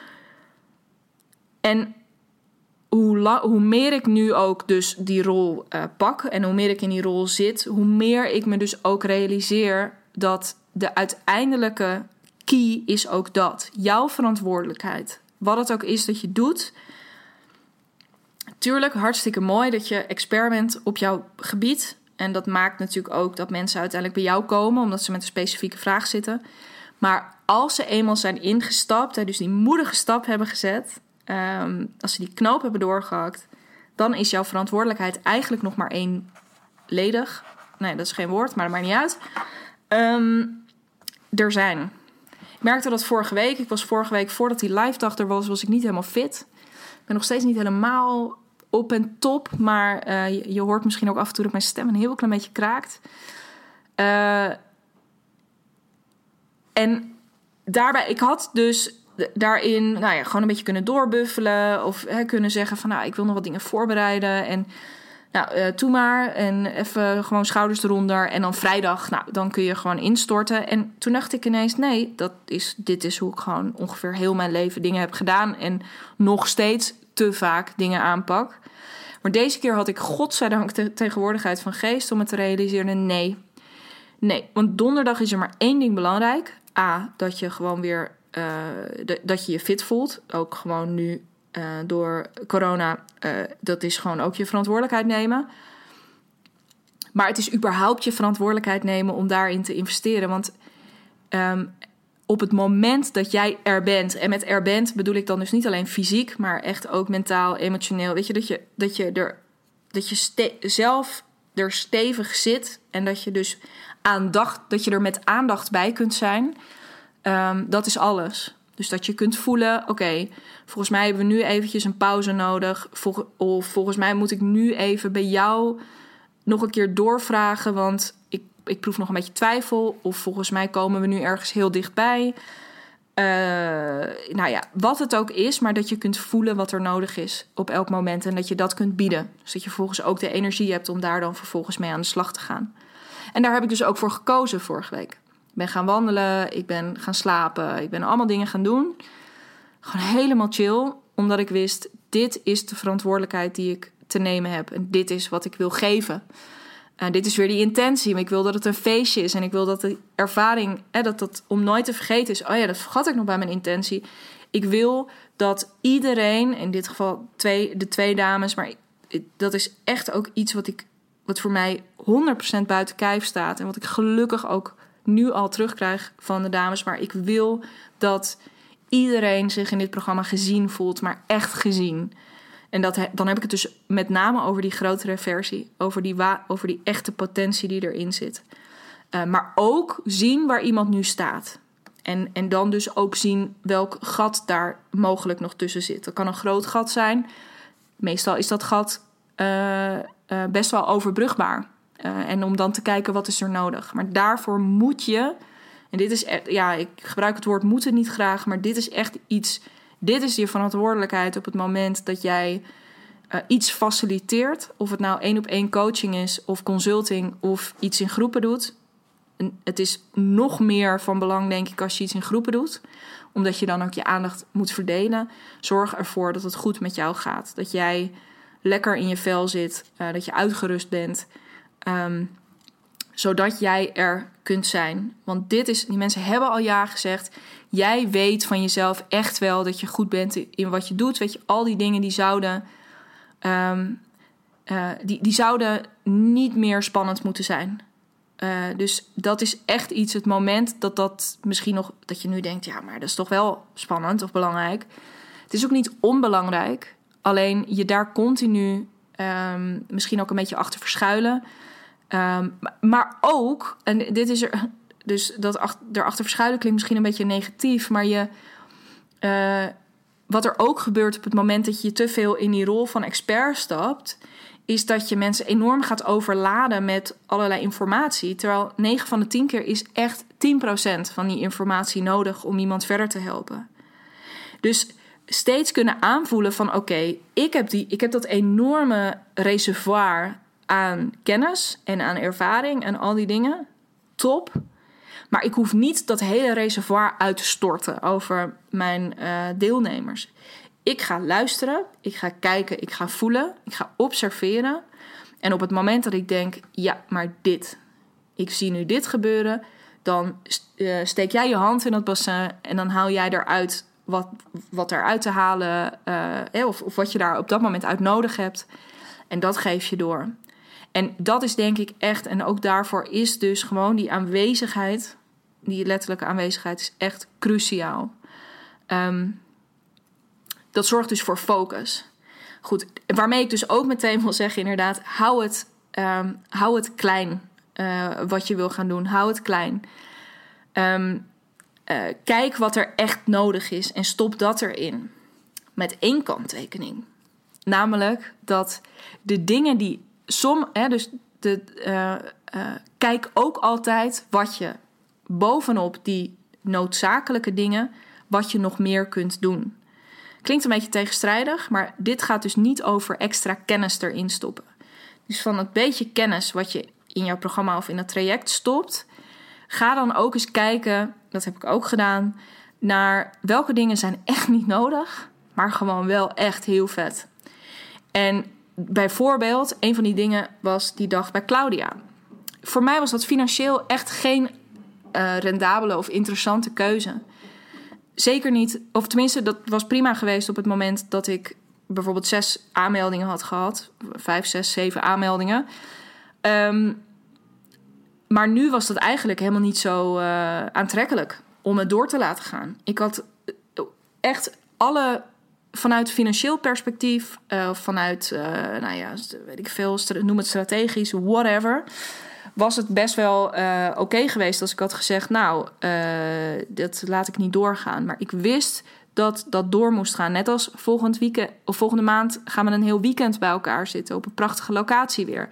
En Hoe, la- hoe meer ik nu ook dus die rol uh, pak en hoe meer ik in die rol zit, hoe meer ik me dus ook realiseer dat de uiteindelijke key is ook dat. Jouw verantwoordelijkheid. Wat het ook is dat je doet. Tuurlijk, hartstikke mooi dat je expert bent op jouw gebied. En dat maakt natuurlijk ook dat mensen uiteindelijk bij jou komen, omdat ze met een specifieke vraag zitten. Maar als ze eenmaal zijn ingestapt en dus die moedige stap hebben gezet, Um, als ze die knoop hebben doorgehakt, dan is jouw verantwoordelijkheid eigenlijk nog maar eenledig. Nee, dat is geen woord, maar dat maakt niet uit. Um, er zijn. Ik merkte dat vorige week. Ik was vorige week, voordat die live dag er was, was ik niet helemaal fit. Ik ben nog steeds niet helemaal op en top. Maar uh, je, je hoort misschien ook af en toe dat mijn stem een heel klein beetje kraakt. Uh, en daarbij, ik had dus d- daarin nou ja, gewoon een beetje kunnen doorbuffelen. Of hè, kunnen zeggen van nou, ik wil nog wat dingen voorbereiden. En nou, uh, toe maar. En even gewoon schouders eronder. En dan vrijdag, nou, dan kun je gewoon instorten. En toen dacht ik ineens, nee, dat is, dit is hoe ik gewoon ongeveer heel mijn leven dingen heb gedaan. En nog steeds te vaak dingen aanpak. Maar deze keer had ik godzijdank te- tegenwoordigheid van geest om me te realiseren, nee. Nee, want donderdag is er maar één ding belangrijk. A, dat je gewoon weer, uh, de, dat je je fit voelt. Ook gewoon nu uh, door corona, uh, dat is gewoon ook je verantwoordelijkheid nemen. Maar het is überhaupt je verantwoordelijkheid nemen om daarin te investeren. Want um, op het moment dat jij er bent, en met er bent bedoel ik dan dus niet alleen fysiek, maar echt ook mentaal, emotioneel. Weet je, dat je, dat je, er, dat je ste- zelf er stevig zit en dat je dus aandacht, dat je er met aandacht bij kunt zijn. Um, dat is alles. Dus dat je kunt voelen, oké, okay, volgens mij hebben we nu eventjes een pauze nodig. Vol- of volgens mij moet ik nu even bij jou nog een keer doorvragen, want ik, ik proef nog een beetje twijfel. Of volgens mij komen we nu ergens heel dichtbij. Uh, nou ja, wat het ook is, maar dat je kunt voelen wat er nodig is op elk moment. En dat je dat kunt bieden. Dus dat je vervolgens ook de energie hebt om daar dan vervolgens mee aan de slag te gaan. En daar heb ik dus ook voor gekozen vorige week. Ik ben gaan wandelen, ik ben gaan slapen, ik ben allemaal dingen gaan doen. Gewoon helemaal chill, omdat ik wist, dit is de verantwoordelijkheid die ik te nemen heb. En dit is wat ik wil geven. En dit is weer die intentie. Maar ik wil dat het een feestje is. En ik wil dat de ervaring, hè, dat dat om nooit te vergeten is. Oh ja, dat vergat ik nog bij mijn intentie. Ik wil dat iedereen, in dit geval twee, de twee dames, maar dat is echt ook iets wat ik, wat voor mij honderd procent buiten kijf staat. En wat ik gelukkig ook nu al terugkrijg van de dames. Maar ik wil dat iedereen zich in dit programma gezien voelt, maar echt gezien. En dat, dan heb ik het dus met name over die grotere versie. Over die, wa- over die echte potentie die erin zit. Uh, maar ook zien waar iemand nu staat. En, en dan dus ook zien welk gat daar mogelijk nog tussen zit. Dat kan een groot gat zijn. Meestal is dat gat uh, uh, best wel overbrugbaar. Uh, en om dan te kijken wat is er nodig. Maar daarvoor moet je... En dit is... Ja, ik gebruik het woord moeten niet graag. Maar dit is echt iets... Dit is je verantwoordelijkheid op het moment dat jij uh, iets faciliteert. Of het nou één op één coaching is of consulting of iets in groepen doet. En het is nog meer van belang, denk ik, als je iets in groepen doet. Omdat je dan ook je aandacht moet verdelen. Zorg ervoor dat het goed met jou gaat. Dat jij lekker in je vel zit. Uh, dat je uitgerust bent. Um, zodat jij er kunt zijn. Want dit is, die mensen hebben al ja gezegd. Jij weet van jezelf echt wel dat je goed bent in wat je doet. Weet je, al die dingen die zouden, um, uh, die, die zouden niet meer spannend moeten zijn. Uh, dus dat is echt iets, het moment dat dat misschien nog, dat je nu denkt, ja, maar dat is toch wel spannend of belangrijk. Het is ook niet onbelangrijk. Alleen je daar continu um, misschien ook een beetje achter verschuilen. Um, maar ook, en dit is er, dus dat ach, erachter verschuilen klinkt misschien een beetje negatief, maar je, uh, wat er ook gebeurt op het moment dat je te veel in die rol van expert stapt, is dat je mensen enorm gaat overladen met allerlei informatie. Terwijl negen van de tien keer is echt tien procent van die informatie nodig om iemand verder te helpen. Dus steeds kunnen aanvoelen van oké, okay, ik heb die, ik heb dat enorme reservoir aan kennis en aan ervaring en al die dingen. Top. Maar ik hoef niet dat hele reservoir uit te storten over mijn uh, deelnemers. Ik ga luisteren, ik ga kijken, ik ga voelen, ik ga observeren. En op het moment dat ik denk, ja, maar dit, ik zie nu dit gebeuren, dan uh, steek jij je hand in het bassin en dan haal jij eruit wat, wat eruit te halen, uh, of, of wat je daar op dat moment uit nodig hebt. En dat geef je door. En dat is denk ik echt, en ook daarvoor is dus gewoon die aanwezigheid, die letterlijke aanwezigheid is echt cruciaal. Um, dat zorgt dus voor focus. Goed, waarmee ik dus ook meteen wil zeggen inderdaad, hou het, um, hou het klein uh, wat je wil gaan doen. Hou het klein. Um, uh, kijk wat er echt nodig is en stop dat erin. Met één kanttekening. Namelijk dat de dingen die som, hè, dus de, uh, uh, kijk ook altijd wat je bovenop die noodzakelijke dingen, wat je nog meer kunt doen. Klinkt een beetje tegenstrijdig, maar dit gaat dus niet over extra kennis erin stoppen. Dus van het beetje kennis wat je in jouw programma of in het traject stopt, ga dan ook eens kijken, dat heb ik ook gedaan, naar welke dingen zijn echt niet nodig, maar gewoon wel echt heel vet. En bijvoorbeeld, een van die dingen was die dag bij Claudia. Voor mij was dat financieel echt geen uh, rendabele of interessante keuze. Zeker niet, of tenminste, dat was prima geweest op het moment dat ik bijvoorbeeld zes aanmeldingen had gehad. Vijf, zes, zeven aanmeldingen. Um, maar nu was dat eigenlijk helemaal niet zo uh, aantrekkelijk om het door te laten gaan. Ik had echt alle, vanuit financieel perspectief, uh, vanuit, uh, nou ja, weet ik veel, noem het strategisch, whatever, was het best wel uh, oké okay geweest als ik had gezegd, nou, uh, dat laat ik niet doorgaan. Maar ik wist dat dat door moest gaan. Net als volgend weekend, of volgende maand gaan we een heel weekend bij elkaar zitten op een prachtige locatie weer.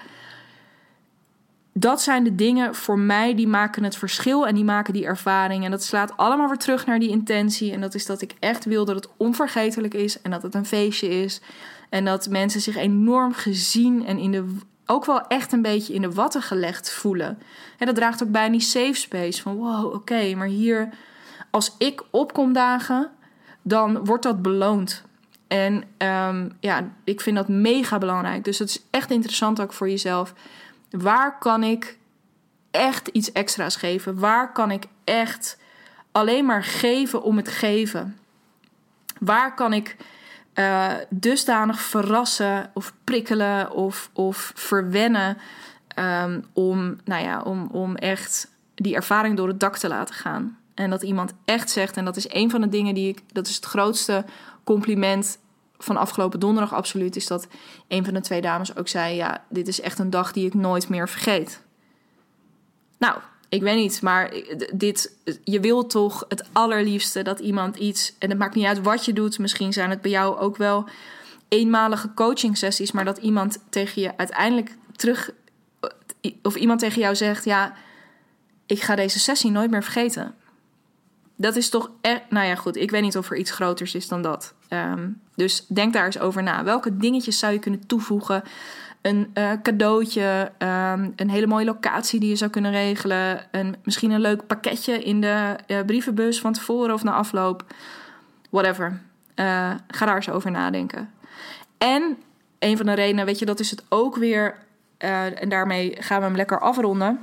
Dat zijn de dingen voor mij die maken het verschil en die maken die ervaring. En dat slaat allemaal weer terug naar die intentie. En dat is dat ik echt wil dat het onvergetelijk is en dat het een feestje is. En dat mensen zich enorm gezien en in de, ook wel echt een beetje in de watten gelegd voelen. En dat draagt ook bij aan die safe space van wow, oké, okay, maar hier, als ik opkom dagen, dan wordt dat beloond. En um, ja, ik vind dat mega belangrijk. Dus het is echt interessant ook voor jezelf. Waar kan ik echt iets extra's geven? Waar kan ik echt alleen maar geven om het geven? Waar kan ik uh, dusdanig verrassen of prikkelen of, of verwennen um, om, nou ja, om, om echt die ervaring door het dak te laten gaan? En dat iemand echt zegt, en dat is een van de dingen die ik, dat is het grootste compliment van afgelopen donderdag absoluut, is dat een van de twee dames ook zei, ja, dit is echt een dag die ik nooit meer vergeet. Nou, ik weet niet, maar dit, je wil toch het allerliefste dat iemand iets, en het maakt niet uit wat je doet, misschien zijn het bij jou ook wel eenmalige coaching sessies, maar dat iemand tegen je uiteindelijk terug, of iemand tegen jou zegt, ja, ik ga deze sessie nooit meer vergeten. Dat is toch echt, nou ja goed, ik weet niet of er iets groters is dan dat. Um, dus denk daar eens over na. Welke dingetjes zou je kunnen toevoegen? Een uh, cadeautje, um, een hele mooie locatie die je zou kunnen regelen. Een, misschien een leuk pakketje in de uh, brievenbus van tevoren of na afloop. Whatever. Uh, ga daar eens over nadenken. En een van de redenen, weet je, dat is het ook weer. Uh, en daarmee gaan we hem lekker afronden.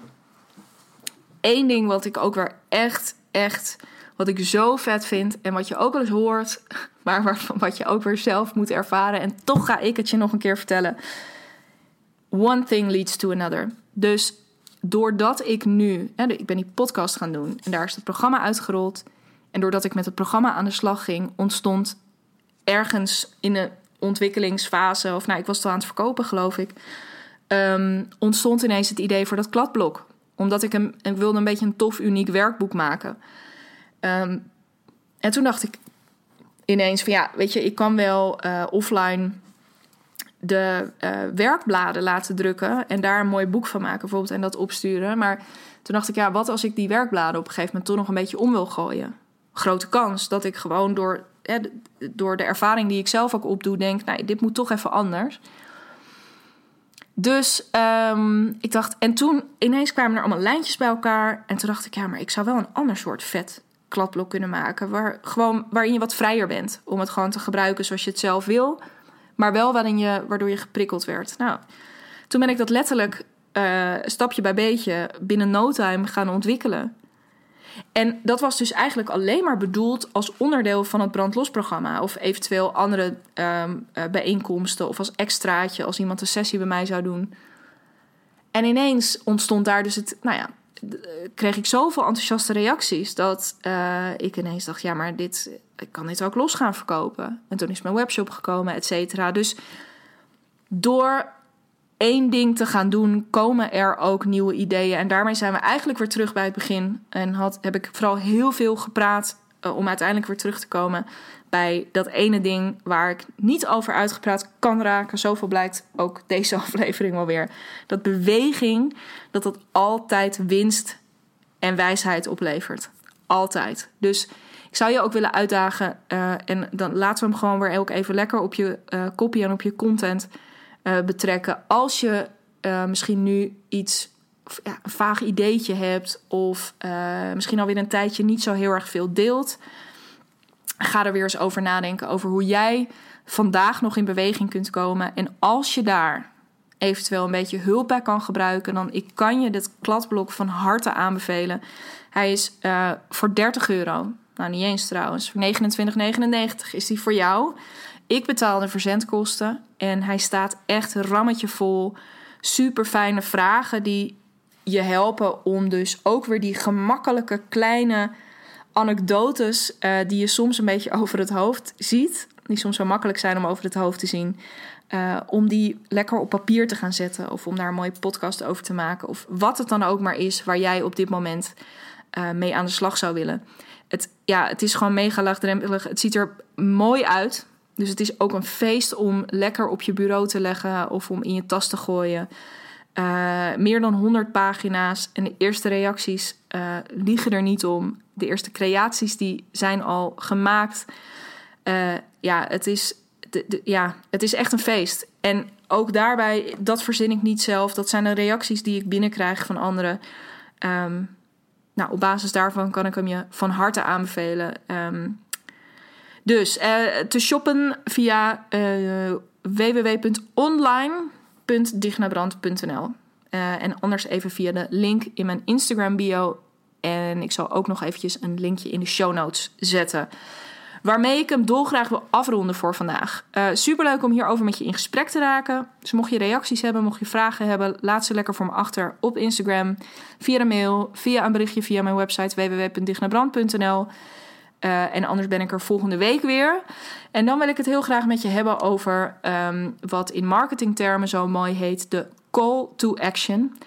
Eén ding wat ik ook weer echt, echt, wat ik zo vet vind en wat je ook wel eens hoort, maar waarvan, wat je ook weer zelf moet ervaren. En toch ga ik het je nog een keer vertellen. One thing leads to another. Dus doordat ik nu, hè, ik ben die podcast gaan doen en daar is het programma uitgerold. En doordat ik met het programma aan de slag ging, ontstond ergens in de ontwikkelingsfase, of nou, ik was het al aan het verkopen, geloof ik, um, ontstond ineens het idee voor dat kladblok. Omdat ik, een, ik wilde een beetje een tof, uniek werkboek maken. Um, en toen dacht ik ineens van ja, weet je, ik kan wel uh, offline de uh, werkbladen laten drukken en daar een mooi boek van maken bijvoorbeeld en dat opsturen. Maar toen dacht ik, ja, wat als ik die werkbladen op een gegeven moment toch nog een beetje om wil gooien? Grote kans dat ik gewoon door, ja, door de ervaring die ik zelf ook opdoe denk, nou, dit moet toch even anders. Dus um, ik dacht, en toen ineens kwamen er allemaal lijntjes bij elkaar. En toen dacht ik, ja, maar ik zou wel een ander soort vet kladblok kunnen maken. Waar, gewoon, waarin je wat vrijer bent. Om het gewoon te gebruiken zoals je het zelf wil. Maar wel waarin je, waardoor je geprikkeld werd. Nou, toen ben ik dat letterlijk uh, stapje bij beetje binnen no time gaan ontwikkelen. En dat was dus eigenlijk alleen maar bedoeld als onderdeel van het brandlosprogramma. Of eventueel andere um, uh, bijeenkomsten of als extraatje als iemand een sessie bij mij zou doen. En ineens ontstond daar dus het, nou ja, kreeg ik zoveel enthousiaste reacties dat uh, ik ineens dacht, ja, maar dit, ik kan dit ook los gaan verkopen. En toen is mijn webshop gekomen, et cetera. Dus door één ding te gaan doen, komen er ook nieuwe ideeën. En daarmee zijn we eigenlijk weer terug bij het begin. En had, heb ik vooral heel veel gepraat uh, om uiteindelijk weer terug te komen bij dat ene ding waar ik niet over uitgepraat kan raken. Zoveel blijkt ook deze aflevering wel weer. Dat beweging, dat dat altijd winst en wijsheid oplevert. Altijd. Dus Ik zou je ook willen uitdagen. Uh, en dan laten we hem gewoon weer ook even lekker op je uh, copy en op je content uh, betrekken. Als je uh, misschien nu iets, of, ja, een vaag ideetje hebt. Of uh, misschien alweer een tijdje niet zo heel erg veel deelt. Ga er weer eens over nadenken. Over hoe jij vandaag nog in beweging kunt komen. En als je daar eventueel een beetje hulp bij kan gebruiken, dan ik kan je dit kladblok van harte aanbevelen. Hij is uh, voor dertig euro. Nou, niet eens trouwens. Voor negenentwintig negenennegentig is die voor jou. Ik betaal de verzendkosten. En hij staat echt rammetje vol. Super fijne vragen die je helpen om dus ook weer die gemakkelijke kleine anekdotes uh, die je soms een beetje over het hoofd ziet. Die soms zo makkelijk zijn om over het hoofd te zien. Uh, om die lekker op papier te gaan zetten. Of om daar een mooie podcast over te maken. Of wat het dan ook maar is waar jij op dit moment uh, mee aan de slag zou willen. Het, ja, het is gewoon mega laagdrempelig. Het ziet er mooi uit. Dus het is ook een feest om lekker op je bureau te leggen. Of om in je tas te gooien. Uh, meer dan honderd pagina's. En de eerste reacties uh, liegen er niet om. De eerste creaties die zijn al gemaakt. Uh, ja, het is... De, de, ja, het is echt een feest. En ook daarbij, dat verzin ik niet zelf. Dat zijn de reacties die ik binnenkrijg van anderen. Um, nou, op basis daarvan kan ik hem je van harte aanbevelen. Um, dus uh, te shoppen via uh, w w w punt online punt dignabrand punt n l. Uh, en anders even via de link in mijn Instagram bio. En ik zal ook nog eventjes een linkje in de show notes zetten. Waarmee ik hem dolgraag wil afronden voor vandaag. Uh, superleuk om hierover met je in gesprek te raken. Dus mocht je reacties hebben, mocht je vragen hebben, laat ze lekker voor me achter op Instagram. Via een mail, via een berichtje via mijn website w w w punt dignabrand punt n l. Uh, en anders ben ik er volgende week weer. En dan wil ik het heel graag met je hebben over um, wat in marketingtermen zo mooi heet de call to action.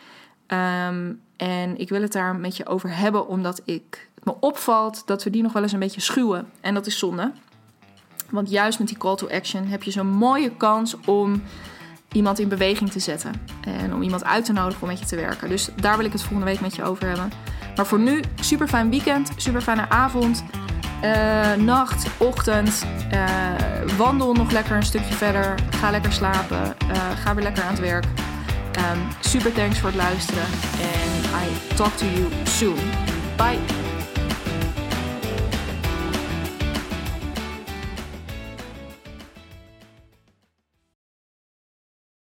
Um, en ik wil het daar met je over hebben omdat ik... Het me opvalt dat we die nog wel eens een beetje schuwen. En dat is zonde. Want juist met die call to action heb je zo'n mooie kans om iemand in beweging te zetten. En om iemand uit te nodigen om met je te werken. Dus daar wil ik het volgende week met je over hebben. Maar voor nu, super fijn weekend, super fijne avond, uh, nacht, ochtend. Uh, wandel nog lekker een stukje verder. Ga lekker slapen. Uh, ga weer lekker aan het werk. Um, super thanks voor het luisteren. En I talk to you soon. Bye.